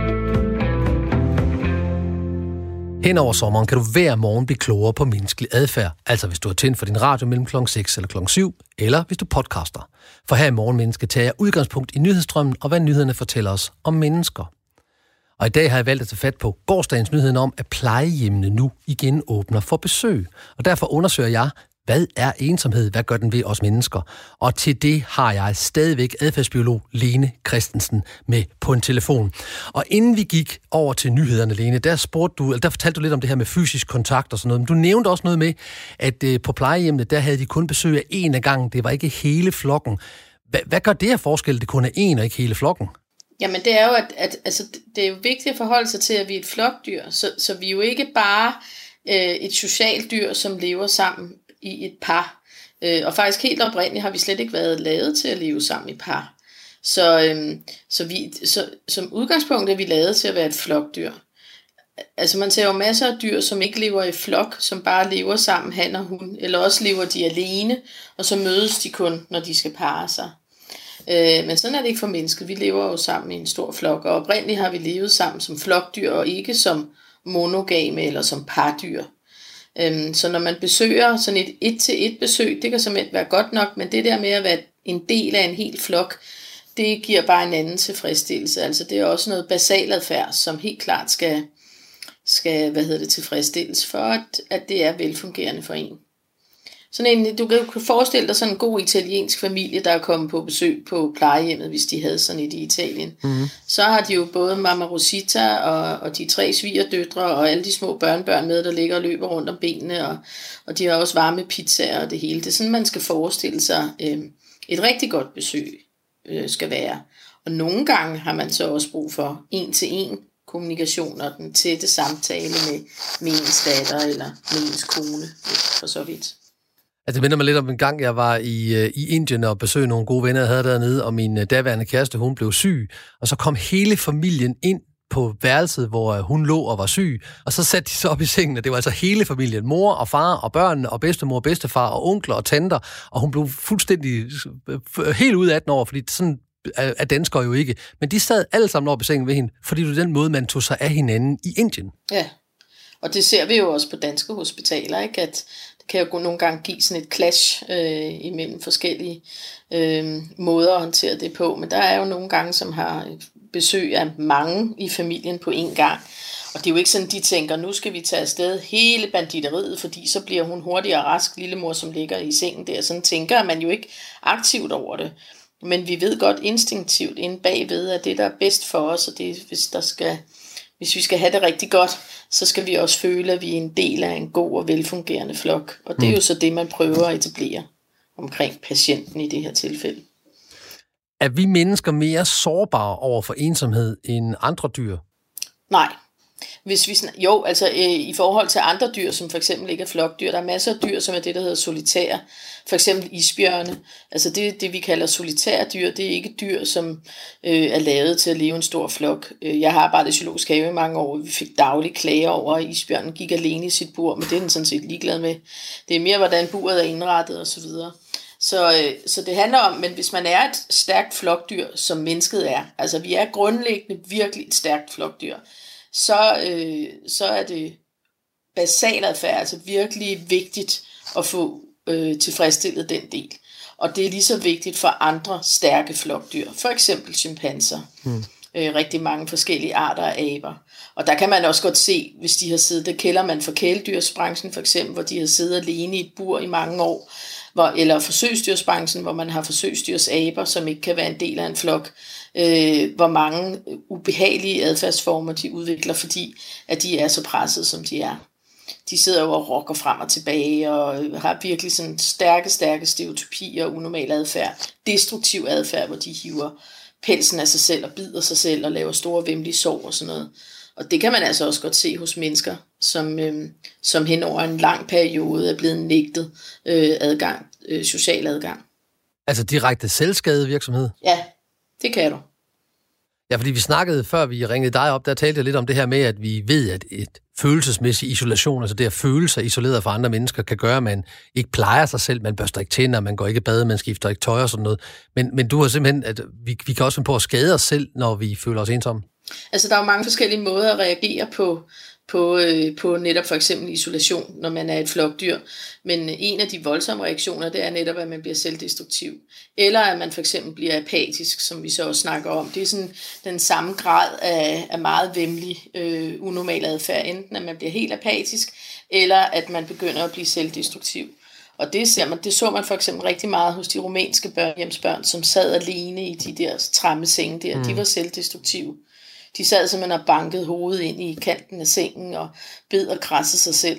Hen over sommeren kan du hver morgen blive klogere på menneskelig adfærd. Altså hvis du har tændt for din radio mellem klokken seks eller klokken syv, eller hvis du podcaster. For her i Morgenmenneske tager jeg udgangspunkt i nyhedsstrømmen og hvad nyhederne fortæller os om mennesker. Og i dag har jeg valgt at tage fat på gårsdagens nyheden om, at plejehjemmene nu igen åbner for besøg. Og derfor undersøger jeg, hvad er ensomhed? Hvad gør den ved os mennesker? Og til det har jeg stadigvæk adfærdsbiolog Lene Christensen med på en telefon. Og inden vi gik over til nyhederne, Lene, der spurgte du, eller der fortalte du lidt om det her med fysisk kontakt og sådan noget. Men du nævnte også noget med, at på plejehjemmene, der havde de kun besøg af en af gangen. Det var ikke hele flokken. Hvad, hvad gør det her forskel, det kun er en og ikke hele flokken? Jamen det er jo, at, at altså, det er jo vigtigt at forholde sig til, at vi er et flokdyr. Så, så vi er jo ikke bare øh, et socialt dyr, som lever sammen i et par. Øh, og faktisk helt oprindeligt har vi slet ikke været lavet til at leve sammen i par. Så, øh, så, vi, så som udgangspunkt er vi lavet til at være et flokdyr. Altså man ser jo masser af dyr, som ikke lever i flok, som bare lever sammen, han og hun. Eller også lever de alene, og så mødes de kun, når de skal parre sig. Øh, men sådan er det ikke for mennesket. Vi lever jo sammen i en stor flok, og oprindeligt har vi levet sammen som flokdyr, og ikke som monogame eller som pardyr. Øh, så når man besøger sådan et et-til-et besøg, det kan simpelthen være godt nok, men det der med at være en del af en hel flok, det giver bare en anden tilfredsstillelse. Altså det er også noget basaladfærd, som helt klart skal, skal hvad hedder det, tilfredsstilles for, at, at det er velfungerende for en. Sådan en, du kan forestille dig sådan en god italiensk familie, der er kommet på besøg på plejehjemmet, hvis de havde sådan et i Italien. Mm. Så har de jo både Mamma Rosita og, og de tre svigerdøtre og alle de små børnebørn med, der ligger og løber rundt om benene, og, og de har også varme pizzaer og det hele. Det er sådan, man skal forestille sig øh, et rigtig godt besøg øh, skal være. Og nogle gange har man så også brug for en-til-en kommunikation og den tætte samtale med, med ens datter eller med ens kone, for så vidt. Altså, det minder mig lidt om en gang, jeg var i, i Indien og besøgte nogle gode venner, jeg havde dernede, og min daværende kæreste, hun blev syg, og så kom hele familien ind på værelset, hvor hun lå og var syg, og så satte de sig op i sengen, og det var altså hele familien, mor og far og børnene og bedstemor og bedstefar og onkler og tanter, og hun blev fuldstændig helt ud af atten år, fordi sådan er danskere jo ikke, men de sad alle sammen op i sengen ved hende, fordi det var den måde, man tog sig af hinanden i Indien. Ja, og det ser vi jo også på danske hospitaler, ikke? At kan jo nogle gange give sådan et clash øh, imellem forskellige øh, måder at håndtere det på. Men der er jo nogle gange, som har besøg af mange i familien på en gang. Og det er jo ikke sådan, de tænker, nu skal vi tage afsted hele banditteriet, fordi så bliver hun hurtig og rask, lillemor, som ligger i sengen der. Sådan tænker man jo ikke aktivt over det. Men vi ved godt instinktivt inde bagved, at det, der er bedst for os, og det hvis der skal... Hvis vi skal have det rigtig godt, så skal vi også føle, at vi er en del af en god og velfungerende flok. Og det er jo så det, man prøver at etablere omkring patienten i det her tilfælde. Er vi mennesker mere sårbare over for ensomhed end andre dyr? Nej. Hvis vi, jo, altså øh, i forhold til andre dyr, som for eksempel ikke er flokdyr, der er masser af dyr, som er det, der hedder solitære. For eksempel isbjørne. Altså det, det vi kalder solitære dyr, det er ikke dyr, som øh, er lavet til at leve en stor flok. Jeg har arbejdet i zoologisk have i mange år, vi fik daglige klager over, at isbjørnen gik alene i sit bur, men det er den sådan set ligeglad med. Det er mere, hvordan buret er indrettet osv. Så, så, øh, så det handler om, men hvis man er et stærkt flokdyr, som mennesket er, altså vi er grundlæggende virkelig et stærkt flokdyr, så, øh, så er det basaladfærd, altså virkelig vigtigt at få øh, tilfredsstillet den del. Og det er lige så vigtigt for andre stærke flokdyr, for eksempel chimpanser, hmm. øh, rigtig mange forskellige arter af aber. Og der kan man også godt se, hvis de har siddet, det kælder man for kæledyrsbranchen for eksempel, hvor de har siddet alene i et bur i mange år, hvor, eller forsøgsdyrsbranchen, hvor man har forsøgsdyrsaber, som ikke kan være en del af en flok, øh, hvor mange ubehagelige adfærdsformer de udvikler, fordi at de er så presset, som de er. De sidder jo og rokker frem og tilbage, og har virkelig sådan stærke, stærke stereotypier og unormal adfærd. Destruktiv adfærd, hvor de hiver pelsen af sig selv og bider sig selv og laver store væmmelige sår og sådan noget. Og det kan man altså også godt se hos mennesker, som, øh, som hen over en lang periode er blevet nægtet øh, adgang, øh, social adgang. Altså direkte selvskadevirksomhed? Ja, det kan du. Ja, fordi vi snakkede, før vi ringede dig op, der talte jeg lidt om det her med, at vi ved, at et følelsesmæssig isolation, altså det at føle sig isoleret fra andre mennesker, kan gøre, at man ikke plejer sig selv, man børster ikke tænder, man går ikke i bad, man skifter ikke tøj og sådan noget. Men, men du har simpelthen, at vi, vi kan også finde på at skade os selv, når vi føler os ensomme. Altså, der er jo mange forskellige måder at reagere på, på, øh, på netop for eksempel isolation, når man er et flokdyr. Men en af de voldsomme reaktioner, det er netop, at man bliver selvdestruktiv. Eller at man for eksempel bliver apatisk, som vi så også snakker om. Det er sådan den samme grad af, af meget væmmelig, øh, unormal adfærd. Enten at man bliver helt apatisk, eller at man begynder at blive selvdestruktiv. Og det ser man, det så man for eksempel rigtig meget hos de rumænske børnehjemsbørn, som sad alene i de der trammesenge der. Mm. De var selvdestruktive. De sad simpelthen og bankede hovedet ind i kanten af sengen og bed og krassede sig selv.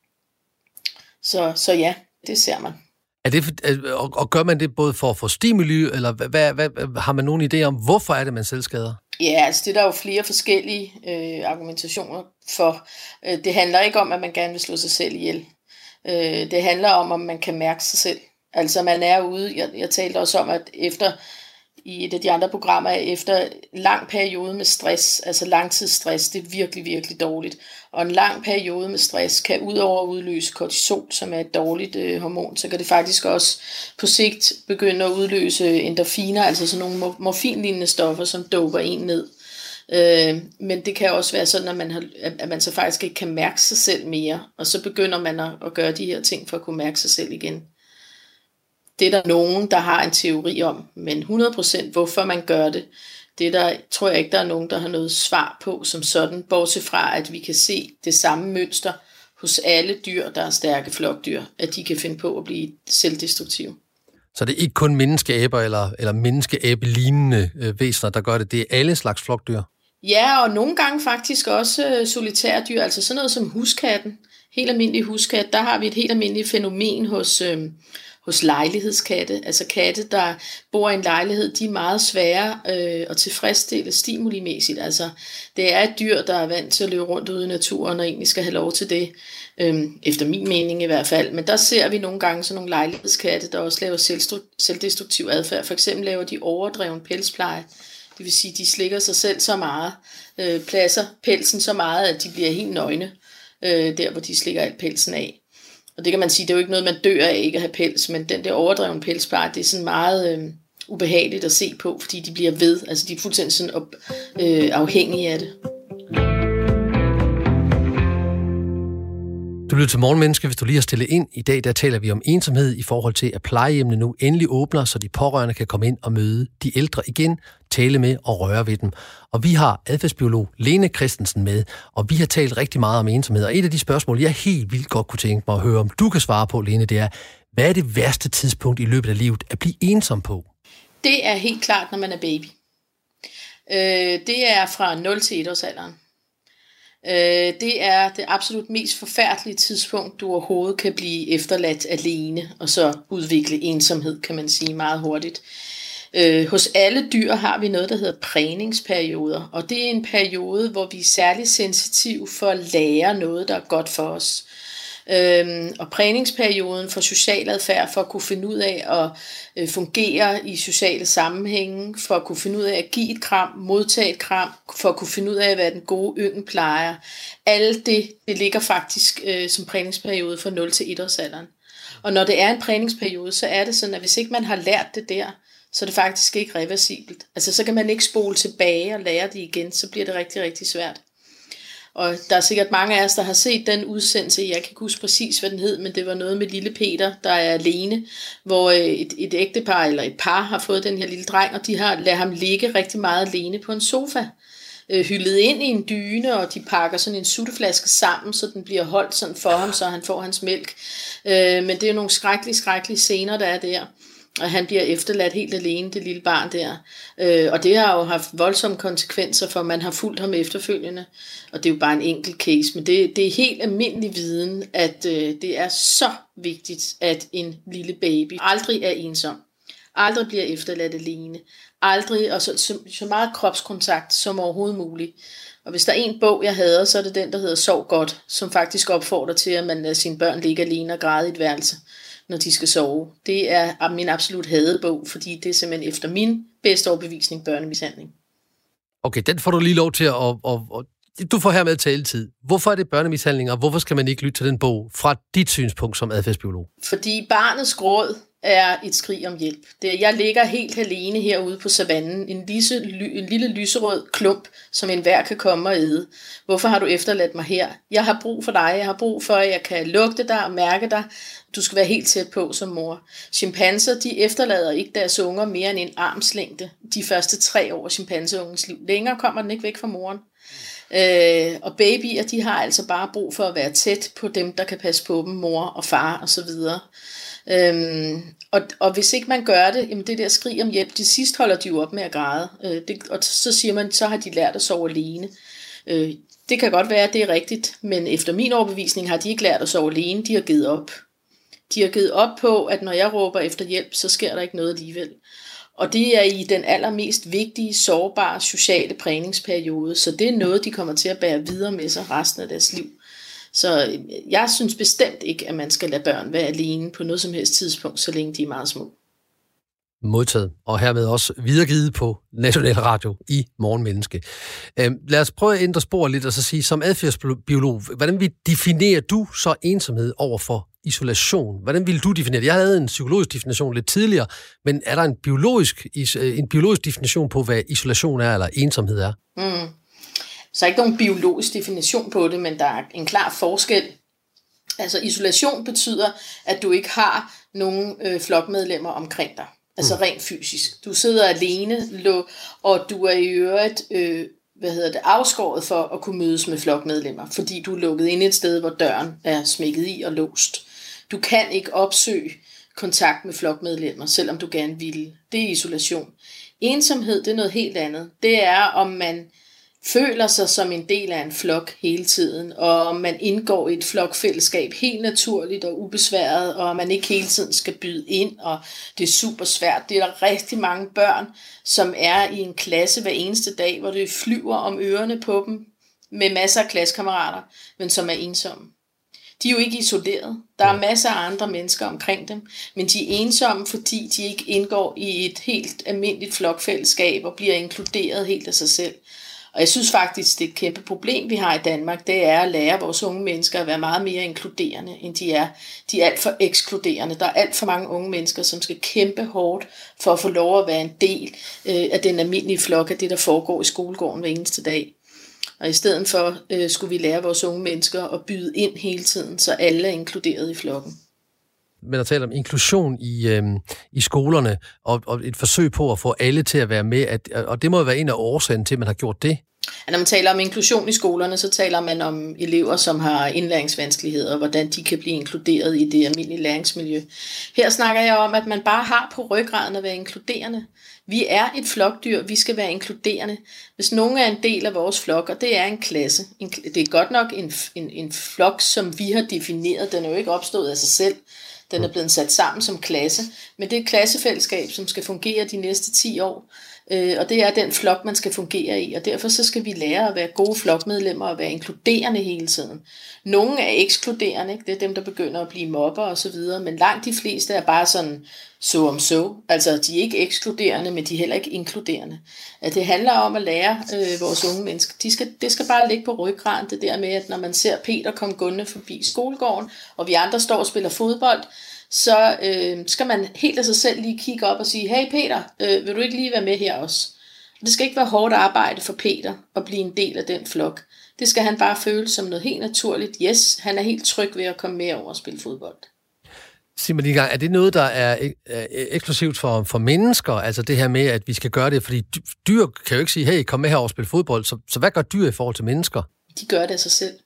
Så, så ja, det ser man. Er det, og, og gør man det både for at få stimuli, eller hvad, hvad, hvad, har man nogen idé om, hvorfor er det, man selv skader? Ja, altså det er der jo flere forskellige øh, argumentationer for. Øh, det handler ikke om, at man gerne vil slå sig selv ihjel. Øh, det handler om, om man kan mærke sig selv. Altså man er ude, jeg, jeg talte også om, at efter i et af de andre programmer, efter lang periode med stress, altså langtidsstress, det er virkelig, virkelig dårligt. Og en lang periode med stress kan udover at udløse kortisol, som er et dårligt øh, hormon, så kan det faktisk også på sigt begynde at udløse endorfiner, altså sådan nogle morfinlignende stoffer, som doper en ned. Øh, men det kan også være sådan, at man, har, at man så faktisk ikke kan mærke sig selv mere, og så begynder man at, at gøre de her ting for at kunne mærke sig selv igen. Det er der nogen, der har en teori om, men hundrede procent hvorfor man gør det, det der, tror jeg ikke, der er nogen, der har noget svar på som sådan, bortset fra, at vi kan se det samme mønster hos alle dyr, der er stærke flokdyr, at de kan finde på at blive selvdestruktive. Så det er ikke kun menneskeaber eller, eller menneskeabe-lignende øh, væsener, der gør det, det er alle slags flokdyr? Ja, og nogle gange faktisk også øh, solitære dyr, altså sådan noget som huskatten, helt almindelig huskat, der har vi et helt almindeligt fænomen hos... Øh, hos lejlighedskatte, altså katte, der bor i en lejlighed, de er meget svære øh, at tilfredsstille stimulimæssigt. Altså, det er et dyr, der er vant til at løbe rundt ude i naturen, og egentlig skal have lov til det, øh, efter min mening i hvert fald. Men der ser vi nogle gange sådan nogle lejlighedskatte, der også laver selvdestruktiv adfærd. For eksempel laver de overdreven pelspleje. Det vil sige, de slikker sig selv så meget, øh, pladser pelsen så meget, at de bliver helt nøgne, øh, der hvor de slikker alt pelsen af. Og det kan man sige, det er jo ikke noget, man dør af ikke at have pels, men den der overdrevne pelspleje, det er sådan meget øh, ubehageligt at se på, fordi de bliver ved, altså de er fuldstændig sådan op, øh, afhængige af det. Du lytter til Morgenmenneske, hvis du lige har stillet ind. I dag der taler vi om ensomhed i forhold til, at plejehjemmene nu endelig åbner, så de pårørende kan komme ind og møde de ældre igen, tale med og røre ved dem. Og vi har adfærdsbiolog Lene Christensen med, og vi har talt rigtig meget om ensomhed. Og et af de spørgsmål, jeg helt vildt godt kunne tænke mig at høre, om du kan svare på, Lene, det er, hvad er det værste tidspunkt i løbet af livet at blive ensom på? Det er helt klart, når man er baby. Øh, det er fra nul til et års alderen. Øh, det er det absolut mest forfærdelige tidspunkt, du overhovedet kan blive efterladt alene, og så udvikle ensomhed, kan man sige, meget hurtigt. Øh, hos alle dyr har vi noget, der hedder prægningsperioder, og det er en periode, hvor vi er særlig sensitive for at lære noget, der er godt for os. Øhm, og prægningsperioden for social adfærd, for at kunne finde ud af at øh, fungere i sociale sammenhænge, for at kunne finde ud af at give et kram, modtage et kram, for at kunne finde ud af, hvad den gode yngel plejer. Alt det, det ligger faktisk øh, som prægningsperiode fra nul til et års alderen. Og når det er en prægningsperiode, så er det sådan, at hvis ikke man har lært det der, så er det faktisk ikke reversibelt. Altså så kan man ikke spole tilbage og lære det igen, så bliver det rigtig, rigtig svært. Og der er sikkert mange af os, der har set den udsendelse, jeg kan ikke huske præcis, hvad den hed, men det var noget med lille Peter, der er alene, hvor et, et ægtepar eller et par har fået den her lille dreng, og de har ladet ham ligge rigtig meget alene på en sofa, øh, hyldet ind i en dyne, og de pakker sådan en sutteflaske sammen, så den bliver holdt sådan for ham, så han får hans mælk. Øh, men det er jo nogle skrækkelige, skrækkelige scener, der er der. Og han bliver efterladt helt alene, det lille barn der. Øh, og det har jo haft voldsomme konsekvenser, for man har fulgt ham efterfølgende. Og det er jo bare en enkelt case, men det, det er helt almindelig viden, at øh, det er så vigtigt, at en lille baby aldrig er ensom. Aldrig bliver efterladt alene. Aldrig, og så, så, så meget kropskontakt som overhovedet muligt. Og hvis der er en bog, jeg hader, så er det den, der hedder Sov godt, som faktisk opfordrer til, at man lader sine børn ligge alene og græde i et værelse, når de skal sove. Det er min absolut hadebog, fordi det er simpelthen efter min bedste overbevisning børnemishandling. Okay, den får du lige lov til at... Og, og, og, du får hermed taletid. Hvorfor er det børnemishandling, og hvorfor skal man ikke lytte til den bog fra dit synspunkt som adfærdsbiolog? Fordi barnets gråd er et skrig om hjælp. Det, jeg ligger helt alene herude på savannen, en, lise, en lille lyserød klump, som enhver kan komme og æde. Hvorfor har du efterladt mig her? Jeg har brug for dig, jeg har brug for, at jeg kan lugte dig og mærke dig. Du skal være helt tæt på som mor. Chimpanser, de efterlader ikke deres unger mere end en armslængde de første tre år af chimpanseungens liv. Længere kommer den ikke væk fra moren. Øh, og babyer, de har altså bare brug for at være tæt på dem, der kan passe på dem, mor og far og så videre. Øhm, og, og hvis ikke man gør det, jamen det der skrig om hjælp, til sidst holder de jo op med at græde, øh, det, og så siger man, så har de lært at sove alene. Øh, det kan godt være, at det er rigtigt, men efter min overbevisning har de ikke lært at sove alene, de har givet op. De har givet op på, at når jeg råber efter hjælp, så sker der ikke noget alligevel. Og det er i den allermest vigtige, sårbare, sociale prægningsperiode, så det er noget, de kommer til at bære videre med sig resten af deres liv. Så jeg synes bestemt ikke, at man skal lade børn være alene på noget som helst tidspunkt, så længe de er meget små. Modtaget, og hermed også videregivet på National Radio i Morgenmenneske. Øhm, lad os prøve at ændre spor lidt og så sige, som adfærdsbiolog, hvordan vi definerer du så ensomhed over for isolation? Hvordan vil du definere det? Jeg havde en psykologisk definition lidt tidligere, men er der en biologisk, en biologisk definition på, hvad isolation er, eller ensomhed er? Mm. Så er ikke nogen biologisk definition på det, men der er en klar forskel. Altså isolation betyder, at du ikke har nogen øh, flokmedlemmer omkring dig. Altså rent fysisk. Du sidder alene, og du er i øvrigt øh, hvad hedder det, afskåret for at kunne mødes med flokmedlemmer, fordi du er lukket ind et sted, hvor døren er smækket i og låst. Du kan ikke opsøge kontakt med flokmedlemmer, selvom du gerne vil. Det er isolation. Ensomhed, det er noget helt andet. Det er, om man føler sig som en del af en flok hele tiden, og om man indgår i et flokfællesskab helt naturligt og ubesværet, og man ikke hele tiden skal byde ind, og det er super svært. Det er der rigtig mange børn, som er i en klasse hver eneste dag, hvor det flyver om ørerne på dem, med masser af klassekammerater, men som er ensomme. De er jo ikke isoleret. Der er masser af andre mennesker omkring dem, men de er ensomme, fordi de ikke indgår i et helt almindeligt flokfællesskab og bliver inkluderet helt af sig selv. Og jeg synes faktisk, det er et kæmpe problem, vi har i Danmark, det er at lære vores unge mennesker at være meget mere inkluderende, end de er. De er alt for ekskluderende. Der er alt for mange unge mennesker, som skal kæmpe hårdt for at få lov at være en del øh, af den almindelige flok af det, der foregår i skolegården hver eneste dag. Og i stedet for øh, skulle vi lære vores unge mennesker at byde ind hele tiden, så alle er inkluderet i flokken. Men at tale om inklusion i, øh, i skolerne, og, og et forsøg på at få alle til at være med, at, og det må jo være en af årsagen til, at man har gjort det. Når man taler om inklusion i skolerne, så taler man om elever, som har indlæringsvanskeligheder, og hvordan de kan blive inkluderet i det almindelige læringsmiljø. Her snakker jeg om, at man bare har på ryggraden at være inkluderende. Vi er et flokdyr, vi skal være inkluderende. Hvis nogen er en del af vores flok, og det er en klasse, det er godt nok en, en, en flok, som vi har defineret, den er jo ikke opstået af sig selv. Den er blevet sat sammen som klasse, men det er et klassefællesskab, som skal fungere de næste ti år, øh, og det er den flok, man skal fungere i, og derfor så skal vi lære at være gode flokmedlemmer og være inkluderende hele tiden. Nogle er ekskluderende, ikke? Det er dem, der begynder at blive mobber og så videre, men langt de fleste er bare sådan så om så. Altså, de er ikke ekskluderende, men de er heller ikke inkluderende. At det handler om at lære øh, vores unge mennesker. De skal, det skal bare ligge på ryggraden, det der med, at når man ser Peter komme gående forbi skolegården, og vi andre står og spiller fodbold, så øh, skal man helt af sig selv lige kigge op og sige, hey Peter, øh, vil du ikke lige være med her også? Det skal ikke være hårdt arbejde for Peter at blive en del af den flok. Det skal han bare føle som noget helt naturligt. Yes, han er helt tryg ved at komme med over og spille fodbold. Sig mig lige gang, er det noget, der er eksklusivt for, for mennesker? Altså det her med, at vi skal gøre det, fordi dyr kan jo ikke sige, hey, kom med her og spille fodbold. Så, så hvad gør dyr i forhold til mennesker? De gør det af sig selv.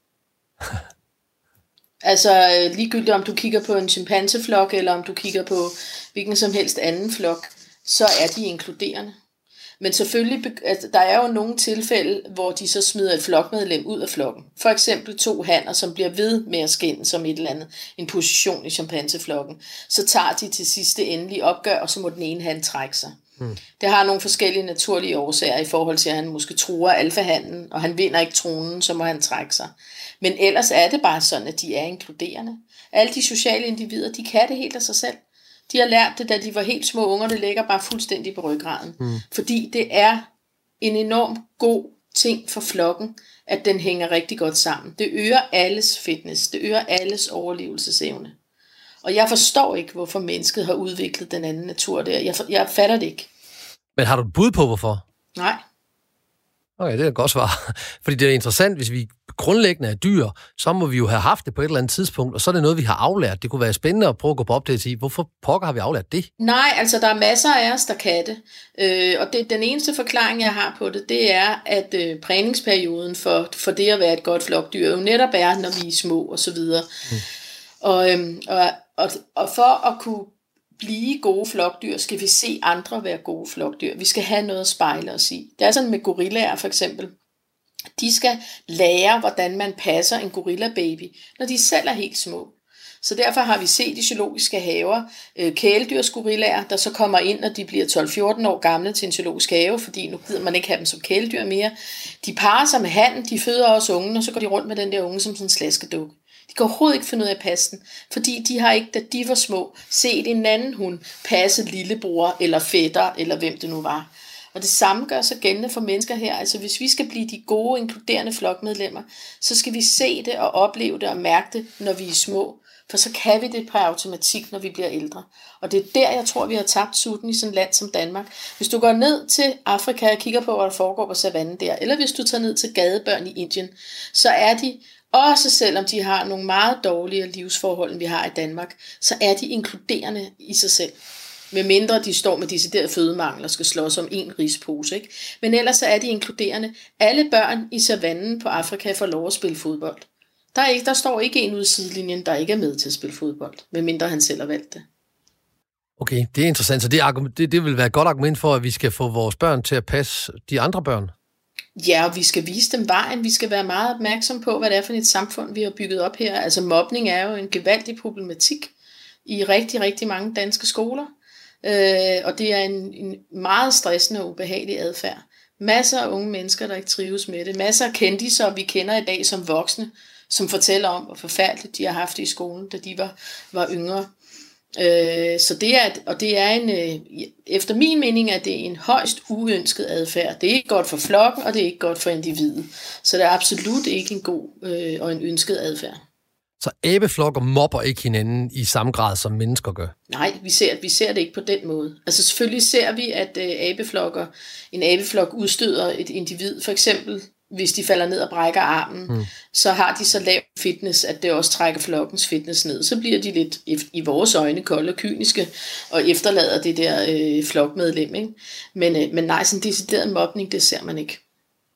Altså ligegyldigt om du kigger på en chimpanseflok, eller om du kigger på hvilken som helst anden flok, så er de inkluderende. Men selvfølgelig, altså, der er jo nogle tilfælde, hvor de så smider et flokmedlem ud af flokken. For eksempel to hanner, som bliver ved med at skænde som et eller andet, en position i chimpanseflokken. Så tager de til sidste endelige opgør, og så må den ene han trække sig. Mm. Det har nogle forskellige naturlige årsager i forhold til, at han måske truer alfahanden, og han vinder ikke tronen, så må han trække sig. Men ellers er det bare sådan, at de er inkluderende. Alle de sociale individer, de kan det helt af sig selv. De har lært det, da de var helt små unger, det ligger bare fuldstændig på ryggraden. Mm. Fordi det er en enorm god ting for flokken, at den hænger rigtig godt sammen. Det øger alles fitness, det øger alles overlevelsesevne. Og jeg forstår ikke, hvorfor mennesket har udviklet den anden natur der. Jeg, jeg fatter det ikke. Men har du et bud på, hvorfor? Nej. Okay, det er et godt svar. Fordi det er interessant, hvis vi grundlæggende er dyr, så må vi jo have haft det på et eller andet tidspunkt, og så er det noget, vi har aflært. Det kunne være spændende at prøve at gå på op til at sige, hvorfor pokker har vi aflært det? Nej, altså der er masser af os, der kan det. Øh, og det, den eneste forklaring, jeg har på det, det er, at øh, prægningsperioden for, for det at være et godt flokdyr jo netop er, når vi er små og så videre. Mm. Og, øhm, og, og, og for at kunne blive gode flokdyr, skal vi se andre være gode flokdyr. Vi skal have noget at spejle os i. Det er sådan med gorillaer for eksempel. De skal lære, hvordan man passer en gorillababy, når de selv er helt små. Så derfor har vi set i zoologiske haver øh, kæledyrsgorillaer, der så kommer ind, når de bliver tolv fjorten år gamle til en zoologisk have, fordi nu gider man ikke have dem som kæledyr mere. De parer sig med hannen, de føder også ungen, og så går de rundt med den der unge som sådan en slaskedukke. De kan overhovedet ikke finde ud af at passe den, fordi de har ikke, da de var små, set en anden hund passe lillebror eller fætter, eller hvem det nu var. Og det samme gør sig gældende for mennesker her. Altså hvis vi skal blive de gode, inkluderende flokmedlemmer, så skal vi se det og opleve det og mærke det, når vi er små. For så kan vi det på automatik, når vi bliver ældre. Og det er der, jeg tror, vi har tabt sutten i sådan et land som Danmark. Hvis du går ned til Afrika og kigger på, hvad der foregår på savannen der, eller hvis du tager ned til gadebørn i Indien, så er de, også selvom de har nogle meget dårligere livsforhold, end vi har i Danmark, så er de inkluderende i sig selv. Med mindre de står med deciderede fødemangel og skal slås om en rispose. Ikke? Men ellers så er de inkluderende. Alle børn i savannen på Afrika får lov at spille fodbold. Der, er ikke, der står ikke en ude i sidelinjen, der ikke er med til at spille fodbold, medmindre han selv har valgt det. Okay, det er interessant. Så det, det, det vil være et godt argument for, at vi skal få vores børn til at passe de andre børn? Ja, og vi skal vise dem vejen. Vi skal være meget opmærksom på, hvad det er for et samfund, vi har bygget op her. Altså mobning er jo en gevaldig problematik i rigtig, rigtig mange danske skoler. Øh, og det er en, en meget stressende og ubehagelig adfærd. Masser af unge mennesker, der ikke trives med det. Masser af kendiser, vi kender i dag som voksne, som fortæller om, hvor forfærdeligt de har haft det i skolen, da de var, var yngre. Øh, så det er, og det er en, øh, efter min mening, er det en højst uønsket adfærd. Det er ikke godt for flokken, og det er ikke godt for individet. Så det er absolut ikke en god øh, og en ønsket adfærd. Så abeflokker mobber ikke hinanden i samme grad, som mennesker gør? Nej, vi ser, vi ser det ikke på den måde. Altså selvfølgelig ser vi, at øh, abeflokker, en abeflok udstøder et individ, for eksempel hvis de falder ned og brækker armen, mm. så har de så lav fitness, at det også trækker flokkens fitness ned. Så bliver de lidt i vores øjne kolde og kyniske, og efterlader det der øh, flokmedlem. Ikke? Men, øh, men nej, sådan decideret mobning, det ser man ikke.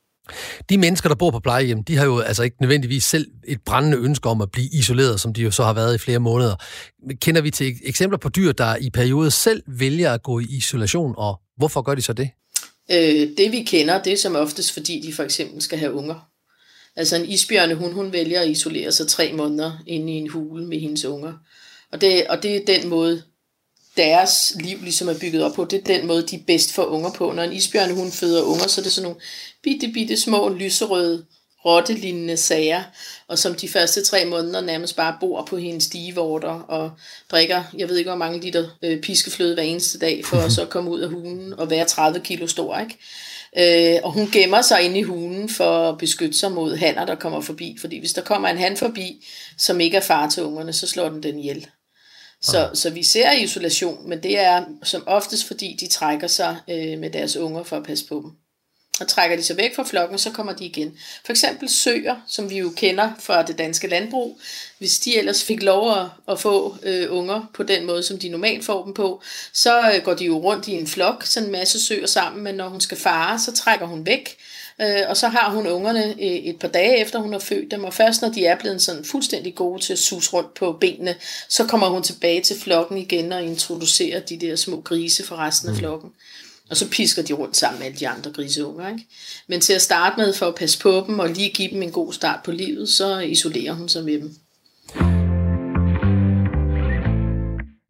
De mennesker, der bor på plejehjem, de har jo altså ikke nødvendigvis selv et brændende ønske om at blive isoleret, som de jo så har været i flere måneder. Kender vi til eksempler på dyr, der i perioder selv vælger at gå i isolation, og hvorfor gør de så det? Øh, det vi kender, det er som oftest, fordi de for eksempel skal have unger. Altså en isbjørnehund, hun vælger at isolere sig tre måneder inde i en hule med hendes unger. Og det, og det er den måde, deres liv ligesom er bygget op på. Det er den måde, de bedst får unger på. Når en isbjørnehund føder unger, så er det sådan nogle bitte, bitte små, lyserøde, rottelignende sager, og som de første tre måneder nærmest bare bor på hendes digevorter og drikker, jeg ved ikke hvor mange liter øh, piskefløde hver eneste dag, for at så komme ud af hulen og være tredive kilo stor, ikke? Øh, og hun gemmer sig inde i hulen for at beskytte sig mod hanner, der kommer forbi, fordi hvis der kommer en han forbi, som ikke er far til ungerne, så slår den den ihjel. Så, okay. så vi ser isolation, men det er som oftest, fordi de trækker sig øh, med deres unger for at passe på dem. Og trækker de sig væk fra flokken, så kommer de igen. For eksempel søer, som vi jo kender fra det danske landbrug. Hvis de ellers fik lov at, at få øh, unger på den måde, som de normalt får dem på, så øh, går de jo rundt i en flok, sådan en masse søer sammen, men når hun skal fare, så trækker hun væk. Øh, og så har hun ungerne øh, et par dage efter, hun har født dem, og først når de er blevet sådan fuldstændig gode til at sus rundt på benene, så kommer hun tilbage til flokken igen og introducerer de der små grise for resten af flokken. Og så pisker de rundt sammen med alle de andre griseunger, ikke? Men til at starte med, for at passe på dem og lige give dem en god start på livet, så isolerer hun sig med dem.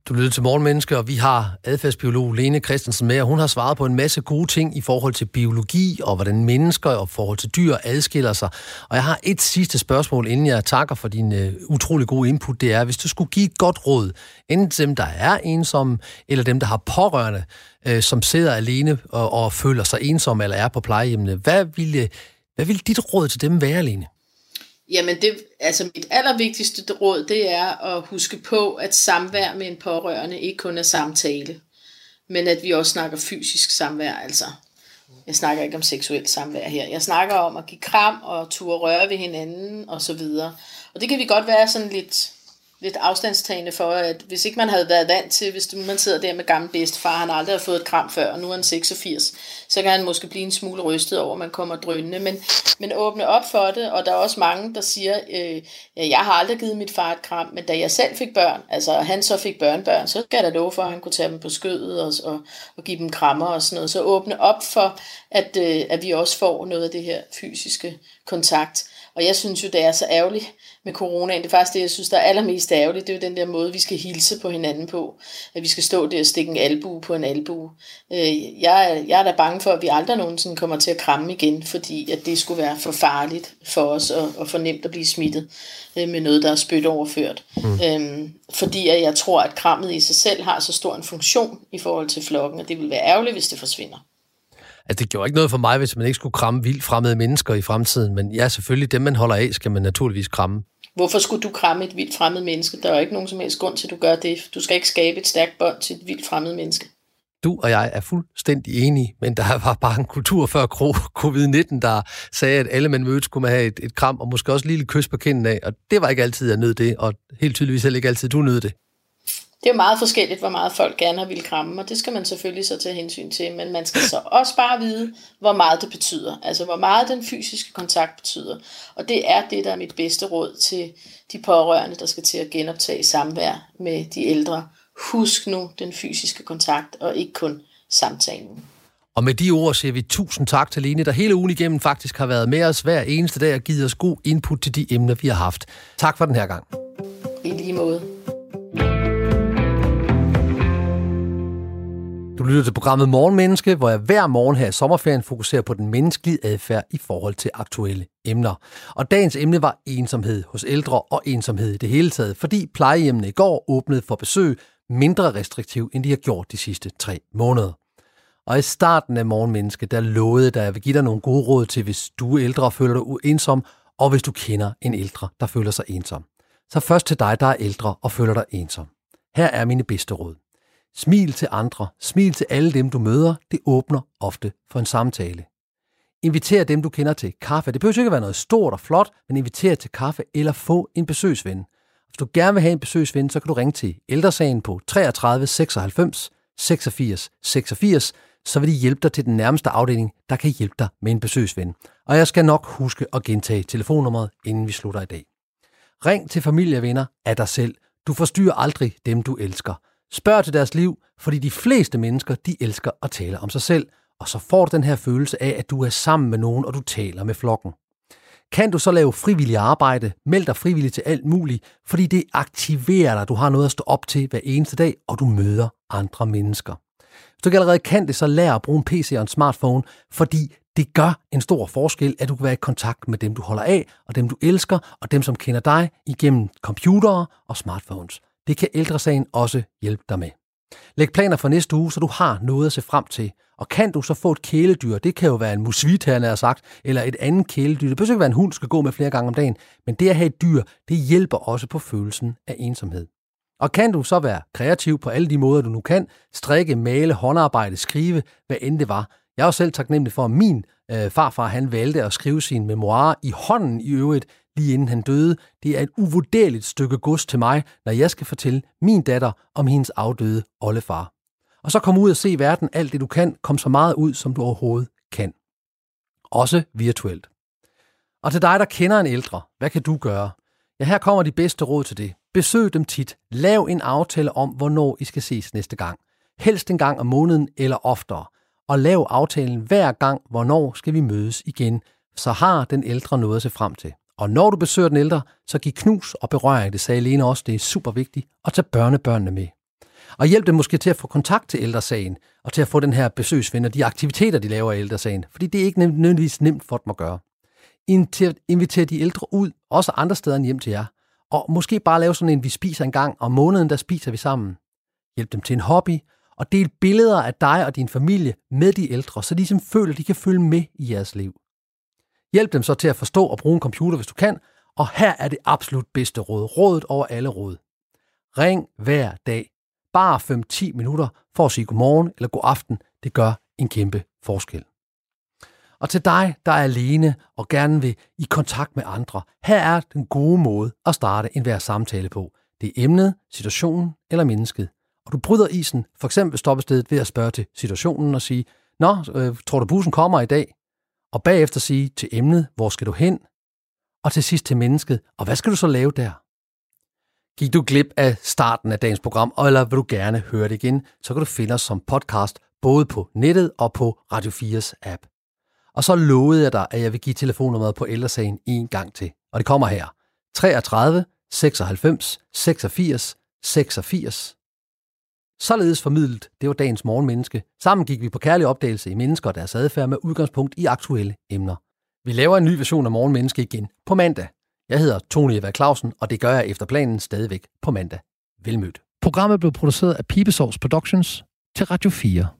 Du lytter til Morgenmenneske, og vi har adfærdsbiolog Lene Christensen med, og hun har svaret på en masse gode ting i forhold til biologi, og hvordan mennesker og forhold til dyr adskiller sig. Og jeg har et sidste spørgsmål, inden jeg takker for din uh, utrolig gode input. Det er, hvis du skulle give et godt råd, enten til dem, der er ensomme, eller dem, der har pårørende, uh, som sidder alene og, og føler sig ensomme eller er på plejehjemmene. Hvad ville, hvad ville dit råd til dem være, Lene? Jamen, det, altså mit allervigtigste råd, det er at huske på, at samvær med en pårørende ikke kun er samtale, men at vi også snakker fysisk samvær, altså. Jeg snakker ikke om seksuelt samvær her. Jeg snakker om at give kram og turde røre ved hinanden og så videre. Og det kan vi godt være sådan lidt, lidt afstandstagende for, at hvis ikke man havde været vant til, hvis man sidder der med gammel bedstefar, han aldrig har fået et kram før, og nu er han seksogfirs, så kan han måske blive en smule rystet over, at man kommer drønende. Men, men åbne op for det, og der er også mange, der siger, øh, ja, jeg har aldrig givet mit far et kram, men da jeg selv fik børn, altså han så fik børnebørn, så skal jeg da love for, at han kunne tage dem på skødet og, og, og give dem krammer og sådan noget. Så åbne op for, at, øh, at vi også får noget af det her fysiske kontakt. Og jeg synes jo, det er så ærgerligt med coronaen. Det er faktisk det, jeg synes, der er allermest ærgerligt. Det er jo den der måde, vi skal hilse på hinanden på. At vi skal stå der og stikke en albue på en albue. Jeg, jeg er da bange for, at vi aldrig nogensinde kommer til at kramme igen, fordi at det skulle være for farligt for os og, og for nemt at blive smittet med noget, der er spytoverført. Mm. Øhm, fordi at jeg tror, at krammet i sig selv har så stor en funktion i forhold til flokken, og det vil være ærgerligt, hvis det forsvinder. Altså, det gjorde ikke noget for mig, hvis man ikke skulle kramme vildt fremmede mennesker i fremtiden, men ja, selvfølgelig dem, man holder af, skal man naturligvis kramme. Hvorfor skulle du kramme et vildt fremmed menneske? Der er jo ikke nogen som helst grund til, at du gør det. Du skal ikke skabe et stærkt bånd til et vildt fremmed menneske. Du og jeg er fuldstændig enige, men der var bare en kultur før covid nitten, der sagde, at alle man mødte skulle have et, et kram, og måske også et lille kys på kinden af, og det var ikke altid, jeg nød det, og helt tydeligvis heller ikke altid, du nød det. Det er jo meget forskelligt, hvor meget folk gerne har ville kramme, og det skal man selvfølgelig så tage hensyn til, men man skal så også bare vide, hvor meget det betyder, altså hvor meget den fysiske kontakt betyder, og det er det, der er mit bedste råd til de pårørende, der skal til at genoptage samvær med de ældre. Husk nu den fysiske kontakt, og ikke kun samtalen. Og med de ord siger vi tusind tak til Lene, der hele ugen igennem faktisk har været med os hver eneste dag og givet os god input til de emner, vi har haft. Tak for den her gang. I lige måde. Du lytter til programmet Morgenmenneske, hvor jeg hver morgen her i sommerferien fokuserer på den menneskelige adfærd i forhold til aktuelle emner. Og dagens emne var ensomhed hos ældre og ensomhed i det hele taget, fordi plejehjemmene i går åbnede for besøg mindre restriktivt, end de har gjort de sidste tre måneder. Og i starten af Morgenmenneske, der lovede jeg, at jeg vil give dig nogle gode råd til, hvis du er ældre og føler dig ensom, og hvis du kender en ældre, der føler sig ensom. Så først til dig, der er ældre og føler dig ensom. Her er mine bedste råd. Smil til andre, smil til alle dem, du møder, det åbner ofte for en samtale. Inviter dem, du kender til kaffe. Det behøver ikke være noget stort og flot, men inviter til kaffe eller få en besøgsven. Hvis du gerne vil have en besøgsven, så kan du ringe til Ældresagen på treogtredive seksoghalvfems seksogfirs seksogfirs, så vil de hjælpe dig til den nærmeste afdeling, der kan hjælpe dig med en besøgsven. Og jeg skal nok huske at gentage telefonnummeret, inden vi slutter i dag. Ring til familie og venner af dig selv. Du forstyrrer aldrig dem, du elsker. Spørg til deres liv, fordi de fleste mennesker, de elsker at tale om sig selv, og så får du den her følelse af, at du er sammen med nogen, og du taler med flokken. Kan du så lave frivillig arbejde, meld dig frivilligt til alt muligt, fordi det aktiverer dig, du har noget at stå op til hver eneste dag, og du møder andre mennesker. Hvis du ikke allerede kan det, så lær at bruge en P C og en smartphone, fordi det gør en stor forskel, at du kan være i kontakt med dem, du holder af, og dem, du elsker, og dem, som kender dig igennem computere og smartphones. Det kan Ældresagen også hjælpe dig med. Læg planer for næste uge, så du har noget at se frem til. Og kan du så få et kæledyr, det kan jo være en musvit, her nær sagt, eller et andet kæledyr. Det behøver ikke være en hund, skal gå med flere gange om dagen, men det at have et dyr, det hjælper også på følelsen af ensomhed. Og kan du så være kreativ på alle de måder, du nu kan, strikke, male, håndarbejde, skrive, hvad end det var. Jeg er jo selv taknemmelig for, at min øh, farfar han valgte at skrive sine memoirer i hånden i øvrigt, lige inden han døde. Det er et uvurderligt stykke gods til mig, når jeg skal fortælle min datter om hendes afdøde oldefar. Og så kom ud og se verden alt det du kan, kom så meget ud, som du overhovedet kan. Også virtuelt. Og til dig, der kender en ældre, hvad kan du gøre? Ja, her kommer de bedste råd til det. Besøg dem tit. Lav en aftale om, hvornår I skal ses næste gang. Helst en gang om måneden eller oftere. Og lav aftalen hver gang, hvornår skal vi mødes igen. Så har den ældre noget at se frem til. Og når du besøger den ældre, så giv knus og berøring. Det sagde Lene også, det er super vigtigt. Og tag børnebørnene med. Og hjælp dem måske til at få kontakt til ældresagen, og til at få den her besøgsven og de aktiviteter, de laver i ældresagen. Fordi det er ikke nødvendigvis nemt for dem at gøre. Inviter de ældre ud, også andre steder end hjem til jer. Og måske bare lave sådan en, vi spiser en gang om måneden, der spiser vi sammen. Hjælp dem til en hobby, og del billeder af dig og din familie med de ældre, så de som føler, de kan følge med i jeres liv. Hjælp dem så til at forstå og bruge en computer, hvis du kan, og her er det absolut bedste råd. Rådet over alle råd. Ring hver dag. Bare fem til ti minutter for at sige godmorgen eller god aften. Det gør en kæmpe forskel. Og til dig, der er alene og gerne vil i kontakt med andre, her er den gode måde at starte enhver samtale på. Det er emnet, situationen eller mennesket. Og du bryder isen, for eksempel ved stoppestedet, ved at spørge til situationen og sige, nå, øh, tror du bussen kommer i dag? Og bagefter sige til emnet, hvor skal du hen? Og til sidst til mennesket, og hvad skal du så lave der? Gik du glip af starten af dagens program, eller vil du gerne høre det igen, så kan du finde os som podcast både på nettet og på Radio fires app. Og så lovede jeg dig, at jeg vil give telefonnummeret på ældresagen en gang til. Og det kommer her. treogtredive seksoghalvfems seksogfirs seksogfirs. Således formidlet, det var dagens morgenmenneske. Sammen gik vi på kærlig opdagelse i mennesker og deres adfærd med udgangspunkt i aktuelle emner. Vi laver en ny version af Morgenmenneske igen på mandag. Jeg hedder Tony Eva Clausen, og det gør jeg efter planen stadigvæk på mandag. Velmødt. Programmet blev produceret af Pibesovs Productions til Radio fire.